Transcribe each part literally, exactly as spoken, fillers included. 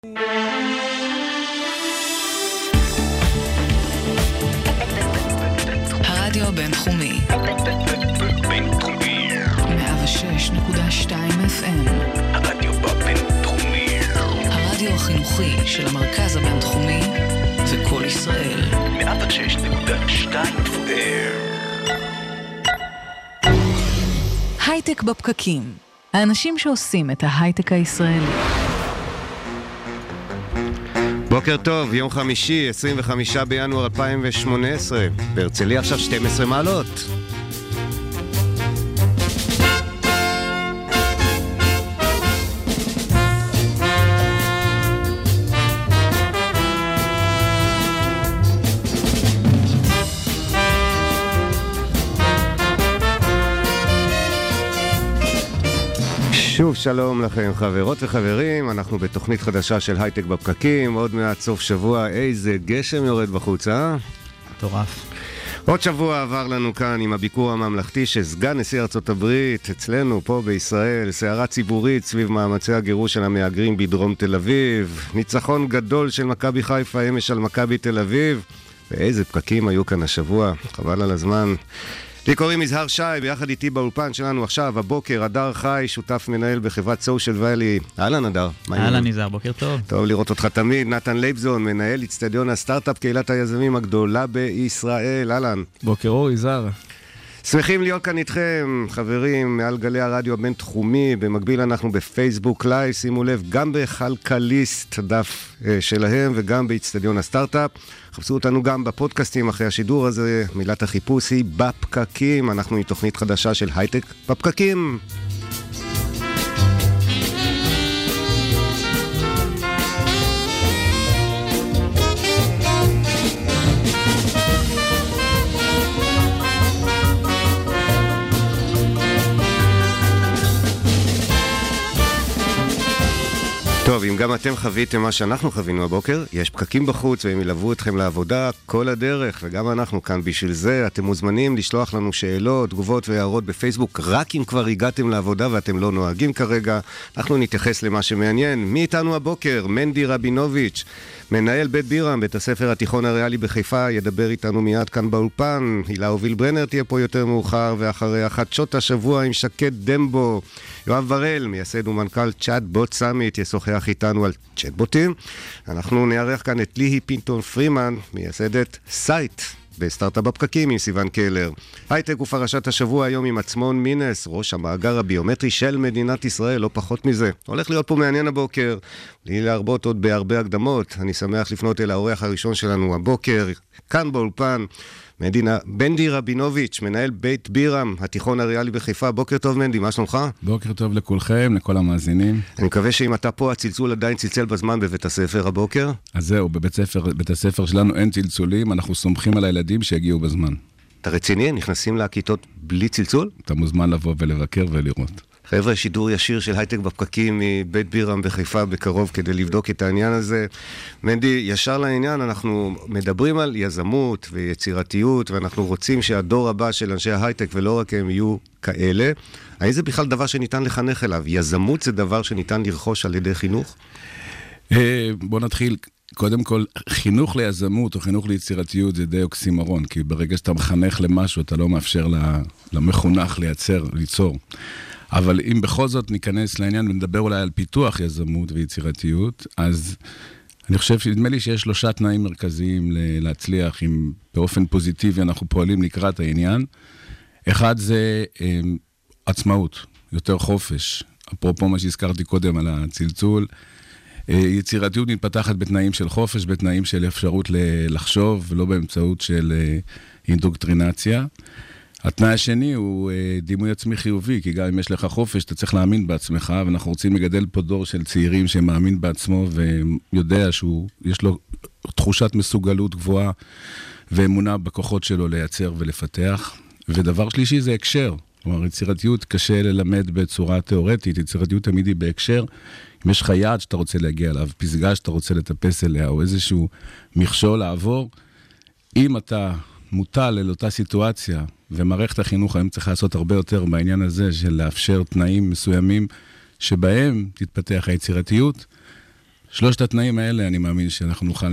הרדיו הבינתחומי בינתחומי מאה ושש נקודה שתיים אף אם. הרדיו הבינתחומי, הרדיו החינוכי של המרכז הבינתחומי וכל ישראל. מאה ושש נקודה שתיים אף אם. הייטק בפקקים, האנשים שעושים את ההייטק הישראלי. בוקר טוב, יום חמישי, עשרים וחמישה בינואר אלפיים ושמונה עשרה. בהרצליה עכשיו שתים עשרה מעלות. שוב שלום לכם חברות וחברים, אנחנו בתוכנית חדשה של הייטק בפקקים, עוד מעט סוף שבוע, איזה גשם יורד בחוץ, אה? מטורף. עוד שבוע עבר לנו כאן עם הביקור הממלכתי של סגן נשיא ארצות הברית, אצלנו פה בישראל, סערה ציבורית סביב מאמצי הגירוש של המהגרים בדרום תל אביב, ניצחון גדול של מכבי חיפה אמש על מכבי תל אביב, ואיזה פקקים היו כאן השבוע, חבל על הזמן. לי קוראים מזהר שי, ביחד איתי באולפן שלנו עכשיו, הבוקר, הדר חי, שותף מנהל בחברת סושיאל ואלי. אהלן הדר. אהלן נזהר, בוקר טוב. טוב לראות אותך תמיד. נתן לייבזון, מנהל אצטדיון הסטארט-אפ, קהילת היזמים הגדולה בישראל. אהלן. בוקר אור, יזהר. שמחים להיות כאן איתכם, חברים, מעל גלי הרדיו הבינתחומי. במקביל אנחנו בפייסבוק לייב, שימו לב, גם בכלכליסט, דף שלהם, וגם באצטדיון הסטארט-אפ. חפשו אותנו גם בפודקאסטים אחרי השידור הזה. מילת החיפוש היא בפקקים. אנחנו עם תוכנית חדשה של הייטק בפקקים. טוב, אם גם אתם חוויתם מה שאנחנו חווינו הבוקר, יש פקקים בחוץ והם ילוו אתכם לעבודה כל הדרך, וגם אנחנו כאן בשביל זה. אתם מוזמנים לשלוח לנו שאלות, תגובות והערות בפייסבוק, רק אם כבר הגעתם לעבודה ואתם לא נוהגים כרגע. אנחנו נתייחס למה שמעניין. מי איתנו הבוקר? מנדי רבינוביץ', מנהל בית בירם, בית הספר התיכון הריאלי בחיפה, ידבר איתנו מיד כאן באולפן. הילה הוביל ברנר תהיה פה יותר מאוחר, ואחרי חדשות השבוע עם שקד דמבו. יואב ברל, מייסד ומנכ"ל צ'אט בוט סאמיט, ישוחח איתנו על צ'אט בוטים. אנחנו נערך כאן את ליהי פינטון פרימן, מייסדת סייט בסטארט-אפ בפקקים עם סיוון קלר. הייטק ופרשת השבוע היום עם עצמון מינס, ראש המאגר הביומטרי של מדינת ישראל, לא פחות מזה. הולך להיות פה מעניין הבוקר, בלי להרבות עוד בהרבה הקדמות. אני שמח לפנות אל האורח הראשון שלנו הבוקר, כאן באולפן, מדינה, מנדי רבינוביץ', מנהל בית בירם, התיכון הריאלי בחיפה. בוקר טוב מנדי, מה שלומך? בוקר טוב לכולכם, לכל המאזינים. אני מקווה שאם אתה פה, הצלצול עדיין צלצל בזמן בבית הספר הבוקר. אז זהו, בבית הספר, בית הספר שלנו אין צלצולים, אנחנו סומכים על הילדים שיגיעו בזמן. אתה רציני? נכנסים לכיתות בלי צלצול? אתה מוזמן לבוא ולבקר ולראות. חבר'ה, שידור ישיר של הייטק בפקקים מבית בירם בחיפה בקרוב כדי לבדוק את העניין הזה. מנדי, ישר לעניין, אנחנו מדברים על יזמות ויצירתיות, ואנחנו רוצים שהדור הבא של אנשי ההייטק ולא רק הם יהיו כאלה. האם זה בכלל דבר שניתן לחנך אליו? יזמות זה דבר שניתן לרכוש על ידי חינוך? בוא נתחיל. קודם כל, חינוך ליזמות או חינוך ליצירתיות זה די אוקסימורון, כי ברגע שאתה מחנך למשהו, אתה לא מאפשר למחונך לייצר, ליצור. אבל אם בכל זאת ניכנס לעניין ונדבר אולי על פיתוח יזמות ויצירתיות, אז אני חושב שנדמה לי שיש שלושה תנאים מרכזיים להצליח, אם באופן פוזיטיבי אנחנו פועלים לקראת העניין. אחד זה אה, עצמאות, יותר חופש. אפרופו מה שהזכרתי קודם על הצלצול, אה, יצירתיות מתפתחת בתנאים של חופש, בתנאים של אפשרות לחשוב, ולא באמצעות של אה, אינדוקטרינציה. התנאי השני הוא דימוי עצמי חיובי, כי גם אם יש לך חופש, אתה צריך להאמין בעצמך, ואנחנו רוצים לגדל פה דור של צעירים שמאמין בעצמו, ויודע שיש לו תחושת מסוגלות גבוהה, ואמונה בכוחות שלו לייצר ולפתח. ודבר שלישי זה הקשר. כלומר, יצירתיות קשה ללמד בצורה תיאורטית, יצירתיות תמיד היא בהקשר. אם יש לך יעד שאתה רוצה להגיע אליו, פסגה שאתה רוצה לטפס אליה, או איזשהו מכשול לעבור, אם אתה מוטל אל אותה סיטואציה, ומערכת החינוך היום צריך לעשות הרבה יותר בעניין הזה, של לאפשר תנאים מסוימים, שבהם תתפתח היצירתיות, שלושת התנאים האלה, אני מאמין שאנחנו נוכל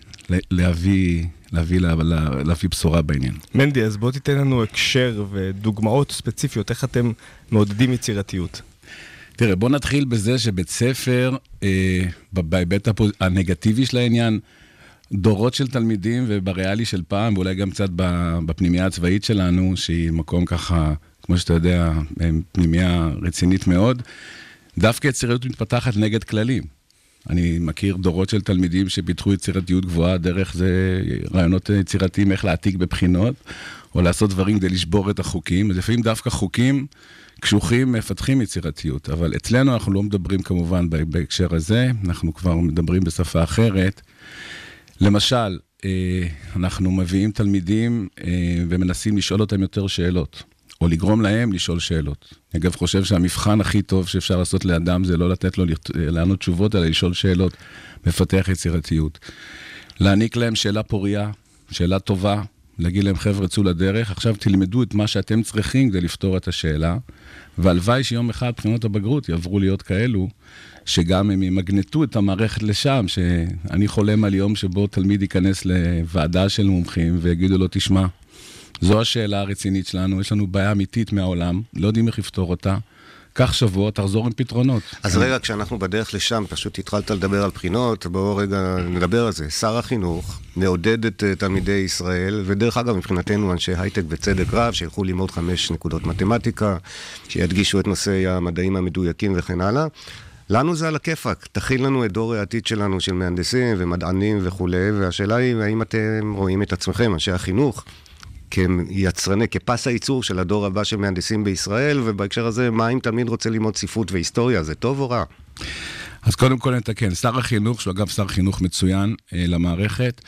להביא, להביא, להביא בשורה בעניין. מנדי, אז בוא תיתן לנו הקשר ודוגמאות ספציפיות, איך אתם מעודדים יצירתיות. תראה, בוא נתחיל בזה שבית ספר, אה, בהיבט הנגטיבי של העניין, דורות של תלמידים ובריאלי של פעם, ואולי גם קצת בפנימיה הצבאית שלנו, שהיא מקום ככה, כמו שאתה יודע, פנימיה רצינית מאוד, דווקא יצירתיות מתפתחת נגד כללים. אני מכיר דורות של תלמידים שפיתחו יצירתיות גבוהה, דרך זה רעיונות יצירתיים, איך להעתיק בבחינות, או לעשות דברים כדי לשבור את החוקים. אז לפעמים דווקא חוקים קשוחים מפתחים יצירתיות, אבל אצלנו אנחנו לא מדברים כמובן בהקשר הזה, אנחנו כבר מדברים בשפה אחרת. למשל, אנחנו מביאים תלמידים ומנסים לשאול אותם יותר שאלות, או לגרום להם לשאול שאלות. אגב, חושב שהמבחן הכי טוב שאפשר לעשות לאדם זה לא לתת לו לענות תשובות, אלא לשאול שאלות, מפתח יצירתיות. להעניק להם שאלה פוריה, שאלה טובה, להגיד להם חבר'ה צאו לדרך, עכשיו תלמדו את מה שאתם צריכים כדי לפתור את השאלה, והלוואי שיום אחד בחינות הבגרות יעברו להיות כאלו, שגם הם ימגנטו את המערכת לשם, שאני חולם על יום שבו תלמיד ייכנס לוועדה של מומחים ויגידו לו תשמע, זו השאלה הרצינית שלנו, יש לנו בעיה אמיתית מהעולם, לא יודעים איך לפתור אותה, כך שבוע, תחזור עם פתרונות. אז רגע, כשאנחנו בדרך לשם, פשוט התחלת לדבר על בחינות, בואו רגע נדבר על זה. שר החינוך מעודד את תלמידי ישראל, ודרך אגב, מבחינתנו אנשי הייטק בצדק רב, שילכו ללמוד חמש נקודות מתמטיקה, שידגישו את נושאי המדעים המדויקים וכן הלאה. לנו זה על הכיפק, תכיל לנו את דור העתיד שלנו של מהנדסים ומדענים וכו', והשאלה היא, האם אתם רואים את עצמכם, אנשי החינוך, כיצרני, כפס הייצור של הדור הבא של מהנדסים בישראל, ובהקשר הזה, מה אם תלמיד רוצה ללמוד ספרות והיסטוריה, זה טוב או רע? אז קודם כל נתקן, שר החינוך, שהוא אגב שר חינוך מצוין אה, למערכת,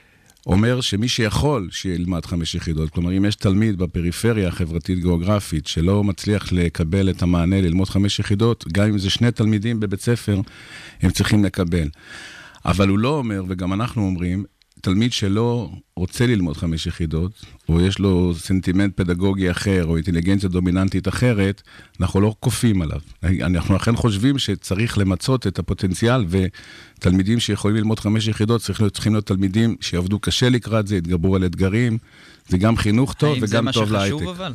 אומר שמי שיכול שילמד חמש יחידות, כלומר אם יש תלמיד בפריפריה החברתית-גיאוגרפית שלא מצליח לקבל את המענה ללמוד חמש יחידות, גם אם זה שני תלמידים בבית ספר, הם צריכים לקבל. אבל הוא לא אומר, וגם אנחנו אומרים, תלמיד שלא רוצה ללמוד חמש יחידות, או יש לו סנטימנט פדגוגי אחר, או אינטליגנציה דומיננטית אחרת, אנחנו לא כופים עליו. אנחנו אכן חושבים שצריך למצות את הפוטנציאל, ותלמידים שיכולים ללמוד חמש יחידות, צריכים, צריכים להיות תלמידים שיעבדו קשה לקראת זה, יתגברו על אתגרים, זה גם חינוך טוב וגם טוב להייטק. האם זה מה שחשוב אבל?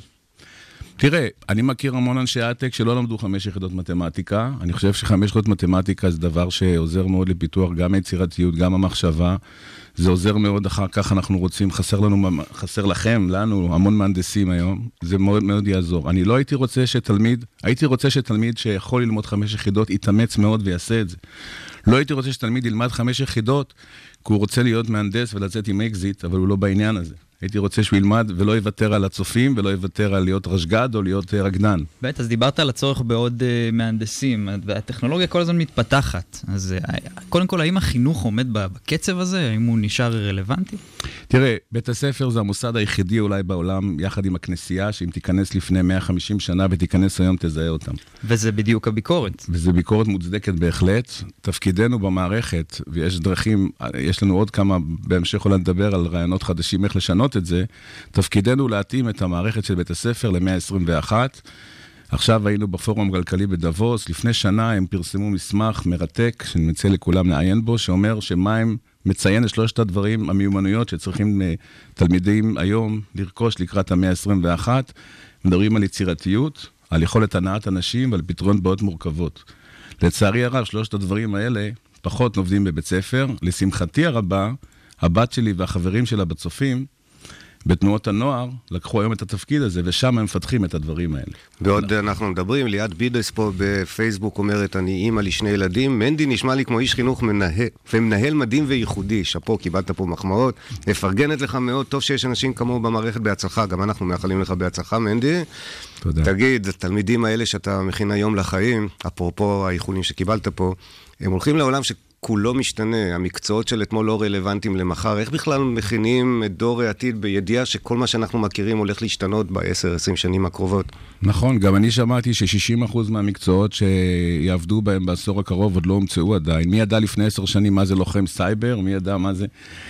תראה, אני מכיר המון אנשי הייטק שלא למדו חמש יחידות מתמטיקה, אני חושב שחמש יחידות מתמטיקה זה דבר שעוזר מאוד לפיתוח, גם היצירתיות, גם המחשבה, זה עוזר מאוד אחר כך אנחנו רוצים, חסר לנו, חסר לכם, לנו, המון מהנדסים היום, זה מאוד מאוד יעזור. אני לא הייתי רוצה שתלמיד, הייתי רוצה שתלמיד שיכול ללמוד חמש יחידות, יתאמץ מאוד ויעשה את זה. לא הייתי רוצה שתלמיד ילמד חמש יחידות, כי הוא רוצה להיות מהנדס ולצאת עם אקזיט, אבל הוא לא בעניין הזה. הייתי רוצה שהוא ילמד ולא יוותר על הצופים, ולא יוותר על להיות רשגד או להיות רגנן. בית, אז דיברת על הצורך בעוד uh, מהנדסים, והטכנולוגיה כל הזמן מתפתחת. אז uh, קודם כל, האם החינוך עומד בקצב הזה? האם הוא נשאר רלוונטי? תראה, בית הספר זה המוסד היחידי אולי בעולם, יחד עם הכנסייה, שאם תיכנס לפני מאה וחמישים שנה ותיכנס היום, תזהה אותם. וזה בדיוק הביקורת. וזה ביקורת מוצדקת בהחלט. תפקידנו במערכת, ויש דרכים, יש לנו עוד כמה, בהמשך אולי נדבר על רעיונות חדשים, איך לשנות את זה, תפקידנו להתאים את המערכת של בית הספר ל-מאה עשרים ואחת. עכשיו היינו בפורום כלכלי בדבוס, לפני שנה הם פרסמו מסמך מרתק, שאני מציע לכולם לעיין בו, שאומר שמה הם מציין את שלושת הדברים, המיומנויות שצריכים תלמידים היום לרכוש לקראת המאה עשרים ואחת, מדברים על יצירתיות, על יכולת הנעת אנשים ועל פתרון בעיות מורכבות. לצערי הרב, שלושת הדברים האלה פחות עובדים בבית ספר. לשמחתי הרבה, הבת שלי והחברים שלה בצופים, בתנועות הנוער, לקחו היום את התפקיד הזה, ושם הם מפתחים את הדברים האלה. בעוד אנחנו מדברים, ליאת בידס פה בפייסבוק אומרת, אני אימא לשני ילדים, מנדי נשמע לי כמו איש חינוך מנהל, ומנהל מדהים וייחודי, שפו, קיבלת פה מחמאות, מפרגנת לך מאוד, טוב שיש אנשים כמוהו במערכת בהצלחה, גם אנחנו מאחלים לך בהצלחה, מנדי. תודה. תגיד, התלמידים האלה שאתה מכין היום לחיים, אפרופו האיחולים שקיבלת פה, הם הולכים לעולם ש... כולו משתנה, המקצועות של אתמול לא רלוונטיים למחר, איך בכלל מכינים את דור העתיד בידיעה שכל מה שאנחנו מכירים הולך להשתנות ב-עשר עשרים שנים הקרובות? נכון, גם אני שמעתי ש-שישים אחוז מהמקצועות שיעבדו בהם בעשור הקרוב עוד לא הומצאו עדיין. מי ידע לפני עשר שנים מה זה לוחם סייבר? מי ידע מה זה?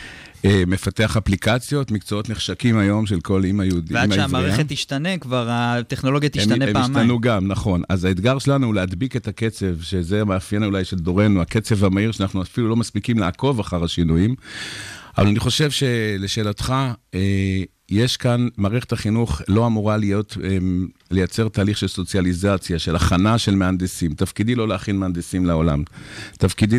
מפתח אפליקציות, מקצועות נחשקים היום של כל אימא יהודי. ועד שהמערכת תשתנה, כבר הטכנולוגיה תשתנה פעמיים. הם השתנו גם, נכון. אז האתגר שלנו הוא להדביק את הקצב, שזה המאפיין אולי של דורנו, הקצב המהיר, שאנחנו אפילו לא מספיקים לעקוב אחר השינויים. אבל אני חושב שלשאלתך, יש כאן, מערכת החינוך לא אמורה להיות, לייצר תהליך של סוציאליזציה, של הכנה של מהנדסים. תפקידי לא להכין מהנדסים לעולם. תפקידי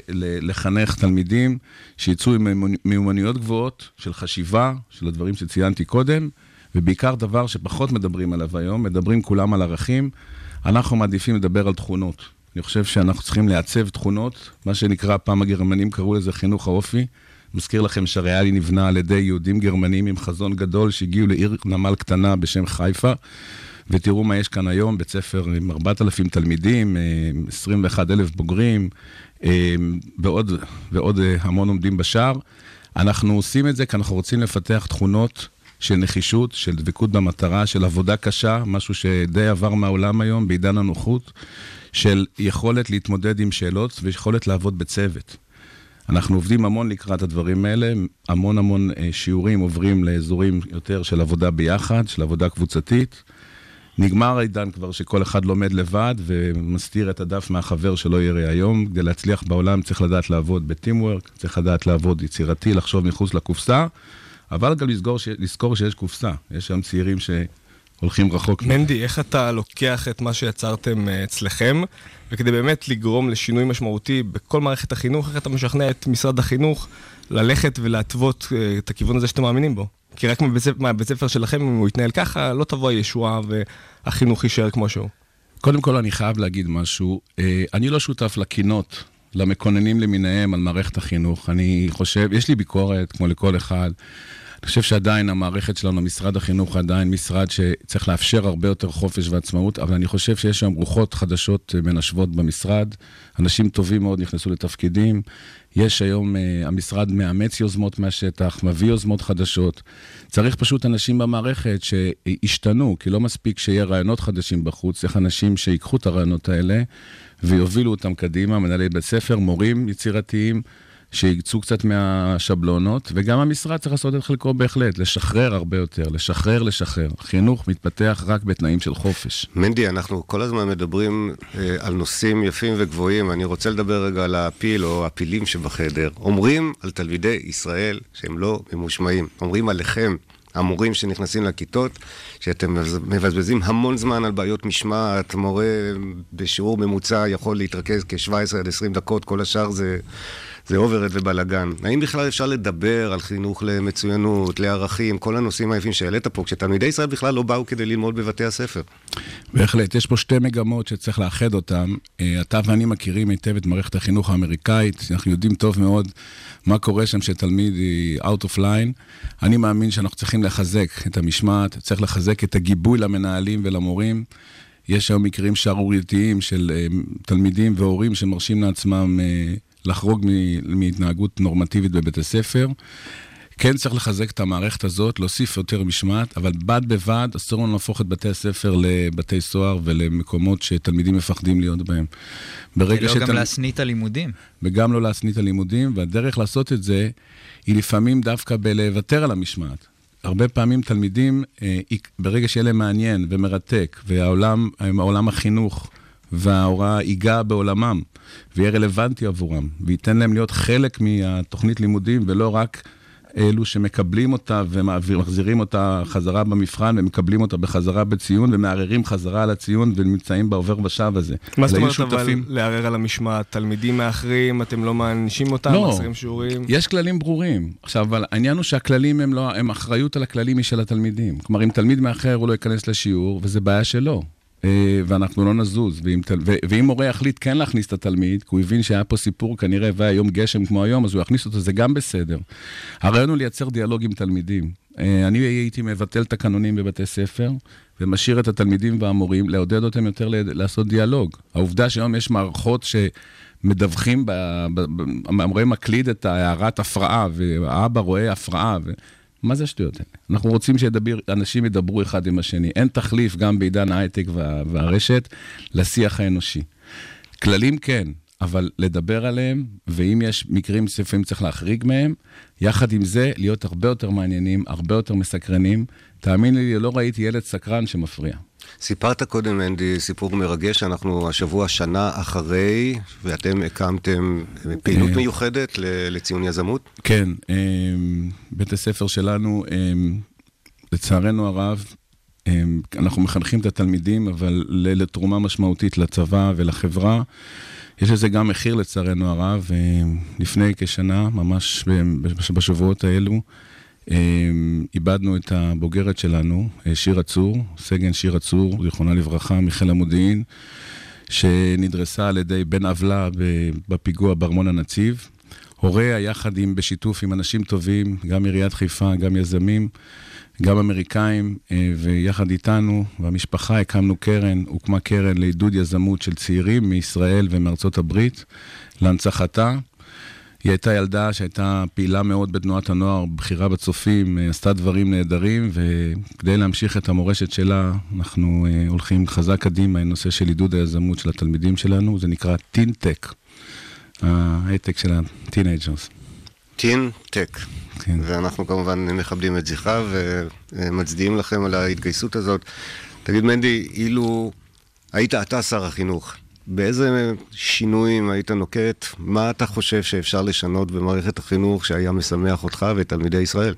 לחנך תלמידים שיצאו עם מיומנויות גבוהות של חשיבה, של הדברים שציינתי קודם, ובעיקר דבר שפחות מדברים עליו היום, מדברים כולם על ערכים. אנחנו מעדיפים לדבר על תכונות. אני חושב שאנחנו צריכים לעצב תכונות, מה שנקרא, פעם הגרמנים קראו לזה חינוך האופי. מזכיר לכם שהריאלי נבנה על ידי יהודים גרמנים עם חזון גדול שהגיעו לעיר נמל קטנה בשם חיפה, ותראו מה יש כאן היום, בית ספר עם ארבעת אלפים תלמידים, עשרים ואחד אלף בוגרים, ועוד, ועוד המון עומדים בשער. אנחנו עושים את זה כי אנחנו רוצים לפתח תכונות של נחישות, של דבקות במטרה, של עבודה קשה, משהו שדי עבר מהעולם היום, בעידן הנוחות, של יכולת להתמודד עם שאלות ויכולת לעבוד בצוות. אנחנו עובדים המון לקראת הדברים האלה, המון המון שיעורים עוברים לאזורים יותר של עבודה ביחד, של עבודה קבוצתית. נגמר העידן כבר שכל אחד לומד לבד ומסתיר את הדף מהחבר שלא יראה היום. כדי להצליח בעולם צריך לדעת לעבוד בטימוורק, צריך לדעת לעבוד יצירתי, לחשוב מחוץ לקופסה, אבל גם לזכור, לזכור שיש קופסה. יש שם צעירים שהולכים רחוק. מנדי, איך אתה לוקח את מה שיצרתם אצלכם, וכדי באמת לגרום לשינוי משמעותי בכל מערכת החינוך, איך אתה משכנע את משרד החינוך ללכת ולהטוות את הכיוון הזה שאתם מאמינים בו? כי רק מהבית ספר שלכם, אם הוא יתנהל ככה, לא תבוא הישועה והחינוך יישאר כמו שהוא. קודם כל אני חייב להגיד משהו. אני לא שותף לקינות, למקוננים למיניהם על מערכת החינוך. אני חושב, יש לי ביקורת כמו לכל אחד. אני חושב שעדיין המערכת שלנו, משרד החינוך, עדיין משרד שצריך לאפשר הרבה יותר חופש ועצמאות, אבל אני חושב שיש שם רוחות חדשות מנשבות במשרד, אנשים טובים מאוד נכנסו לתפקידים, יש היום, המשרד מאמץ יוזמות מהשטח, מביא יוזמות חדשות, צריך פשוט אנשים במערכת שישתנו, כי לא מספיק שיהיה רעיונות חדשים בחוץ, צריך אנשים שיקחו את הרעיונות האלה, ויובילו אותם קדימה, מנהלי בית ספר, מורים יצירתיים, שיגצו קצת מהשבלונות, וגם המשרד צריך לעשות את חלקו בהחלט, לשחרר הרבה יותר, לשחרר, לשחרר. חינוך מתפתח רק בתנאים של חופש. מנדי, אנחנו כל הזמן מדברים אה, על נושאים יפים וגבוהים, אני רוצה לדבר רגע על הפיל או הפילים שבחדר. אומרים על תלמידי ישראל שהם לא ממושמעים, אומרים עליכם, המורים שנכנסים לכיתות, שאתם מבזבזים המון זמן על בעיות משמעת, מורה בשיעור ממוצע יכול להתרכז כ-שבע עשרה עד עשרים דקות, כל השאר זה... זה אוברד ובלגן. האם בכלל אפשר לדבר על חינוך למצוינות, לערכים, כל הנושאים היפים שהעלית פה, כשתלמידי ישראל בכלל לא באו כדי ללמוד בבתי הספר? בהחלט, יש פה שתי מגמות שצריך לאחד אותן. אתה ואני מכירים היטב את מערכת החינוך האמריקאית, אנחנו יודעים טוב מאוד מה קורה שם שתלמיד היא out of line. אני מאמין שאנחנו צריכים לחזק את המשמעת, צריך לחזק את הגיבוי למנהלים ולמורים. יש שם מקרים שערורייתיים של תלמידים והורים שמרשים לעצמם לחרוג מהתנהגות נורמטיבית בבית הספר. כן צריך לחזק את המערכת הזאת, להוסיף יותר משמעת, אבל בד בבד אסור לנו להפוך את בתי הספר לבתי סוהר ולמקומות שתלמידים מפחדים להיות בהם. ולא שתל... גם להסניא את הלימודים. וגם לא להסניא את הלימודים, והדרך לעשות את זה היא לפעמים דווקא בלוותר על המשמעת. הרבה פעמים תלמידים, ברגע שיהיה להם מעניין ומרתק, והעולם, העולם החינוך וההוראה ייגע בעולמם, ויהיה רלוונטי עבורם, וייתן להם להיות חלק מהתוכנית לימודים, ולא רק אלו שמקבלים אותה ומחזירים אותה חזרה במבחן, ומקבלים אותה בחזרה בציון, ומערערים חזרה על הציון, ונמצאים בעובר ושב הזה. מה זאת אומרת אבל לערער על המשמעת? תלמידים מאחרים, אתם לא מענישים אותם, לא, מחזירים שיעורים? יש כללים ברורים. עכשיו, אבל העניין הוא שהכללים הם לא, הם אחריות על הכללים משל התלמידים. כלומר, אם תלמיד מאחר הוא לא ייכנס לשיעור, וזה בעיה שלו. ואנחנו לא נזוז, ואם, ואם מורה יחליט כן להכניס את התלמיד, כי הוא הבין שהיה פה סיפור כנראה והיום גשם כמו היום, אז הוא יכניס אותו, זה גם בסדר. הרעיון הוא לייצר דיאלוג עם תלמידים. אני הייתי מבטל תקנונים בבתי ספר, ומשאיר את התלמידים והמורים, לעודד אותם יותר לעשות דיאלוג. העובדה שהיום יש מערכות שמדווחים, המורה מקליד את הערת הפרעה, והאבא רואה הפרעה, ו... מה זה השטויות האלה? אנחנו רוצים שאנשים ידברו אחד עם השני. אין תחליף גם בעידן ההייטק וה, והרשת לשיח האנושי. כללים כן, אבל לדבר עליהם, ואם יש מקרים ספרים צריך להחריג מהם, יחד עם זה להיות הרבה יותר מעניינים, הרבה יותר מסקרנים. תאמין לי, לא ראיתי ילד סקרן שמפריע. סיפרת קודם, אנדי, סיפור מרגש, אנחנו השבוע שנה אחרי, ואתם הקמתם פעילות מיוחדת לציון יזמות? כן, בית הספר שלנו, לצערנו הרב, אנחנו מחנכים את התלמידים, אבל לתרומה משמעותית לצבא ולחברה. יש לזה גם מחיר לצערנו הרב. לפני כשנה, ממש בשבועות האלו, איבדנו את הבוגרת שלנו, שירה צור, סגן שירה צור, זיכרונה לברכה, מחיל המודיעין, שנדרסה על ידי בן עוולה בפיגוע בארמון הנציב. הוריה יחד עם, בשיתוף עם אנשים טובים, גם עיריית חיפה, גם יזמים, גם אמריקאים, ויחד איתנו, והמשפחה, הקמנו קרן, הוקמה קרן לעידוד יזמות של צעירים מישראל ומארצות הברית, להנצחתה. היא הייתה ילדה שהייתה פעילה מאוד בתנועת הנוער, בחירה בצופים, עשתה דברים נהדרים, וכדי להמשיך את המורשת שלה, אנחנו הולכים חזק קדימה, הנושא של עידוד היזמות של התלמידים שלנו, זה נקרא טין-טק, ההייטק של הטינג'רס. טין-טק. כן. ואנחנו כמובן מכבדים את זכרה ומצדיעים לכם על ההתגייסות הזאת. תגיד מנדי, אילו היית אתה שר החינוך, באיזה שינויים היית נוקט? מה אתה חושב שאפשר לשנות במערכת החינוך שהיה משמח אותך ואת תלמידי ישראל?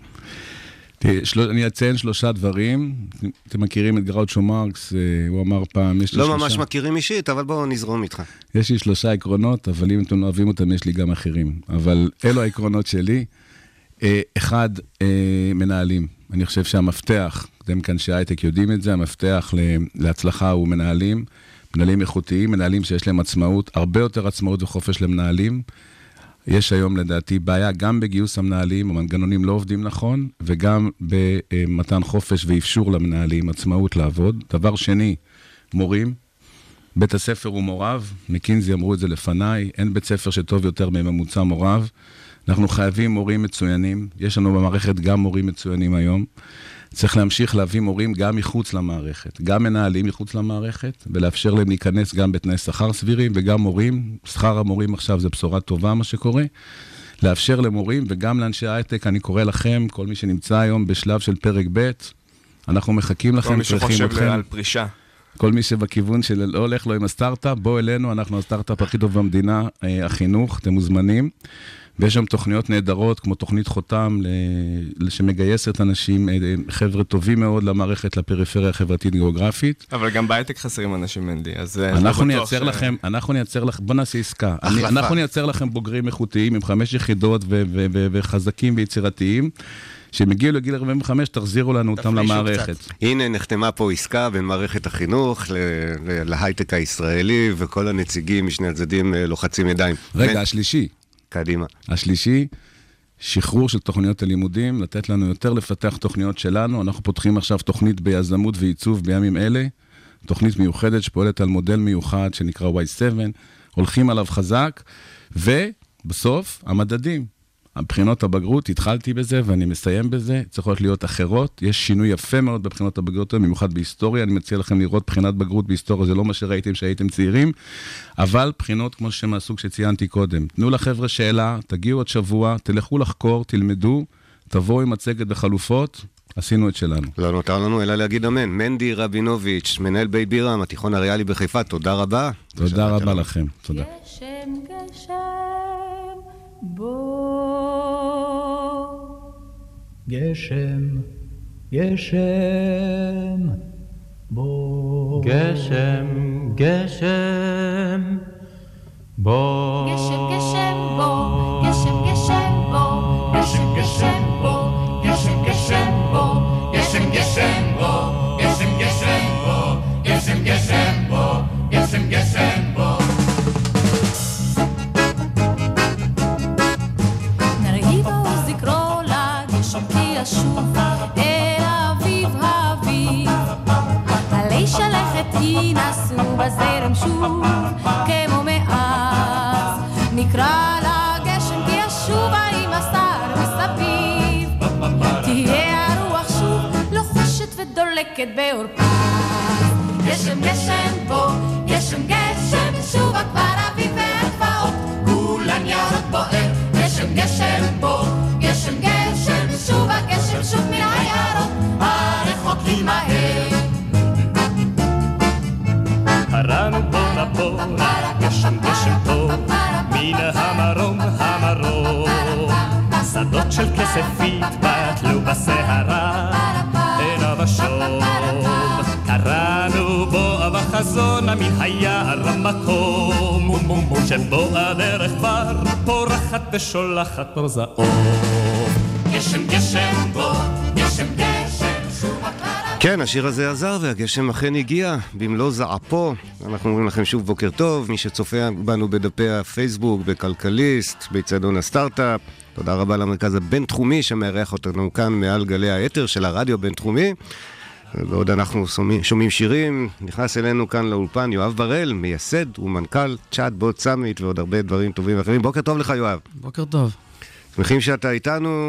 אני אציין שלושה דברים. אתם מכירים את גראוצ'ו מרקס, הוא אמר פעם, יש לי לא שלושה... ממש מכירים אישית, אבל בואו נזרום איתך. יש לי שלושה עקרונות, אבל אם אתם אוהבים אותם, יש לי גם אחרים. אבל אלו העקרונות שלי. אחד, מנהלים. אני חושב שהמפתח, אתם כאן שהייטק יודעים את זה, המפתח להצלחה הוא מנהלים, מנהלים איכותיים, מנהלים שיש להם עצמאות, הרבה יותר עצמאות וחופש למנהלים. יש היום לדעתי בעיה גם בגיוס המנהלים, המנגנונים לא עובדים נכון, וגם במתן חופש ואפשור למנהלים, עצמאות לעבוד. דבר שני, מורים. בית הספר הוא מוריו, מקינזי אמרו את זה לפניי, אין בית ספר שטוב יותר מממוצע מוריו. אנחנו חייבים מורים מצוינים, יש לנו במערכת גם מורים מצוינים היום. צריך להמשיך להביא מורים גם מחוץ למערכת, גם מנהלים מחוץ למערכת, ולאפשר להם להיכנס גם בתנאי שכר סבירים, וגם מורים, שכר המורים עכשיו זה בשורה טובה מה שקורה, לאפשר למורים וגם לאנשי הייטק, אני קורא לכם, כל מי שנמצא היום בשלב של פרק ב', אנחנו מחכים לכם, צריכים אתכם. כל מי שחושב על פרישה. כל מי שבכיוון של לא הולך לו עם הסטארט-אפ, בוא אלינו, אנחנו הסטארט-אפ הכי טוב במדינה, החינוך, אתם מוזמנים. ויש שם תוכניות נהדרות, כמו תוכנית חותם, שמגייסת אנשים, חבר'ה טובים מאוד למערכת, לפריפריה החברתית-גיאוגרפית. אבל גם בהייטק חסרים אנשים, מנדי, אז... אנחנו נייצר לכם, אנחנו נייצר לכם, בוא נעשה עסקה. אנחנו נייצר לכם בוגרים איכותיים, עם חמש יחידות וחזקים ויצירתיים, שמגיעו לגיל ארבעים וחמש, תחזירו לנו אותם למערכת. הנה, נחתמה פה עסקה בין מערכת החינוך להייטק הישראלי, וכל הנציגים משני הצדדים לוחצים ידיים. רגע, השלישי. קדימה. השלישי, שחרור של תוכניות הלימודים, לתת לנו יותר לפתח תוכניות שלנו. אנחנו פותחים עכשיו תוכנית ביזמות ועיצוב בימים אלה, תוכנית מיוחדת שפועלת על מודל מיוחד שנקרא וואי סבן, הולכים עליו חזק, ובסוף המדדים. הבחינות הבגרות, התחלתי בזה ואני מסיים בזה, צריכות להיות אחרות, יש שינוי יפה מאוד בבחינות הבגרות, במיוחד בהיסטוריה, אני מציע לכם לראות בחינת בגרות בהיסטוריה, זה לא מה שראיתם שהייתם צעירים, אבל בחינות כמו שמהסוג שציינתי קודם, תנו לחבר'ה שאלה, תגיעו עוד שבוע, תלכו לחקור, תלמדו, תבואו עם מצגת בחלופות, עשינו את שלנו. לא נותר לנו אלא להגיד אמן. מנדי רבינוביץ', מנהל בי בירם, התיכון הריאלי בחיפה, תודה רבה. תודה רבה לכם, תודה. גשם גשם בוא גשם, גשם, בוא. גשם, גשם, בוא. גשם, גשם, בוא. גשם, גשם, בוא. גשם, גשם, בוא. גשם, גשם, בוא. גשם, גשם, בוא. גשם, גשם, בוא. גשם, גשם, בוא. גשם, גשם, בוא. שוב אל אביב האביב עלי שלכת ינסו בזרם שוב כמו מאז נקרא לגשם כי ישובה עם השר מסביב תהיה הרוח שוב לוחשת ודולקת בעורפז גשם גשם בוא גשם גשם שובה כבר אביב ואלפה בוער, גשם גשם בוא, גשם גשם, שוב הגשם שוב מן היערות, הרחוקים מהר. הרנו בונה בונה, גשם גשם פה, מן המרום המרום, שדות של כספית בטלו בסהרה, עיניו השוב, קראנו בו וחזונה מן היער המקום, שבו הדרך כבר פורחת ושולחת אור זהוב. גשם גשם בוא, גשם גשם, שוב הקרה. כן, השיר הזה עזר והגשם אכן הגיע במלוא זעפו. אנחנו אומרים לכם שוב בוקר טוב, מי שצופה בנו בדפי הפייסבוק, בכלכליסט, בצעדון הסטארט-אפ. תודה רבה למרכז הבינתחומי שמארח אותנו כאן מעל גלי האתר של הרדיו הבינתחומי. ועוד אנחנו שומעים, שומעים שירים. נכנס אלינו כאן לאולפן יואב בראל, מייסד ומנכ"ל צ'אטבוט סאמיט ועוד הרבה דברים טובים אחרים. בוקר טוב לך יואב. בוקר טוב. שמחים שאתה איתנו.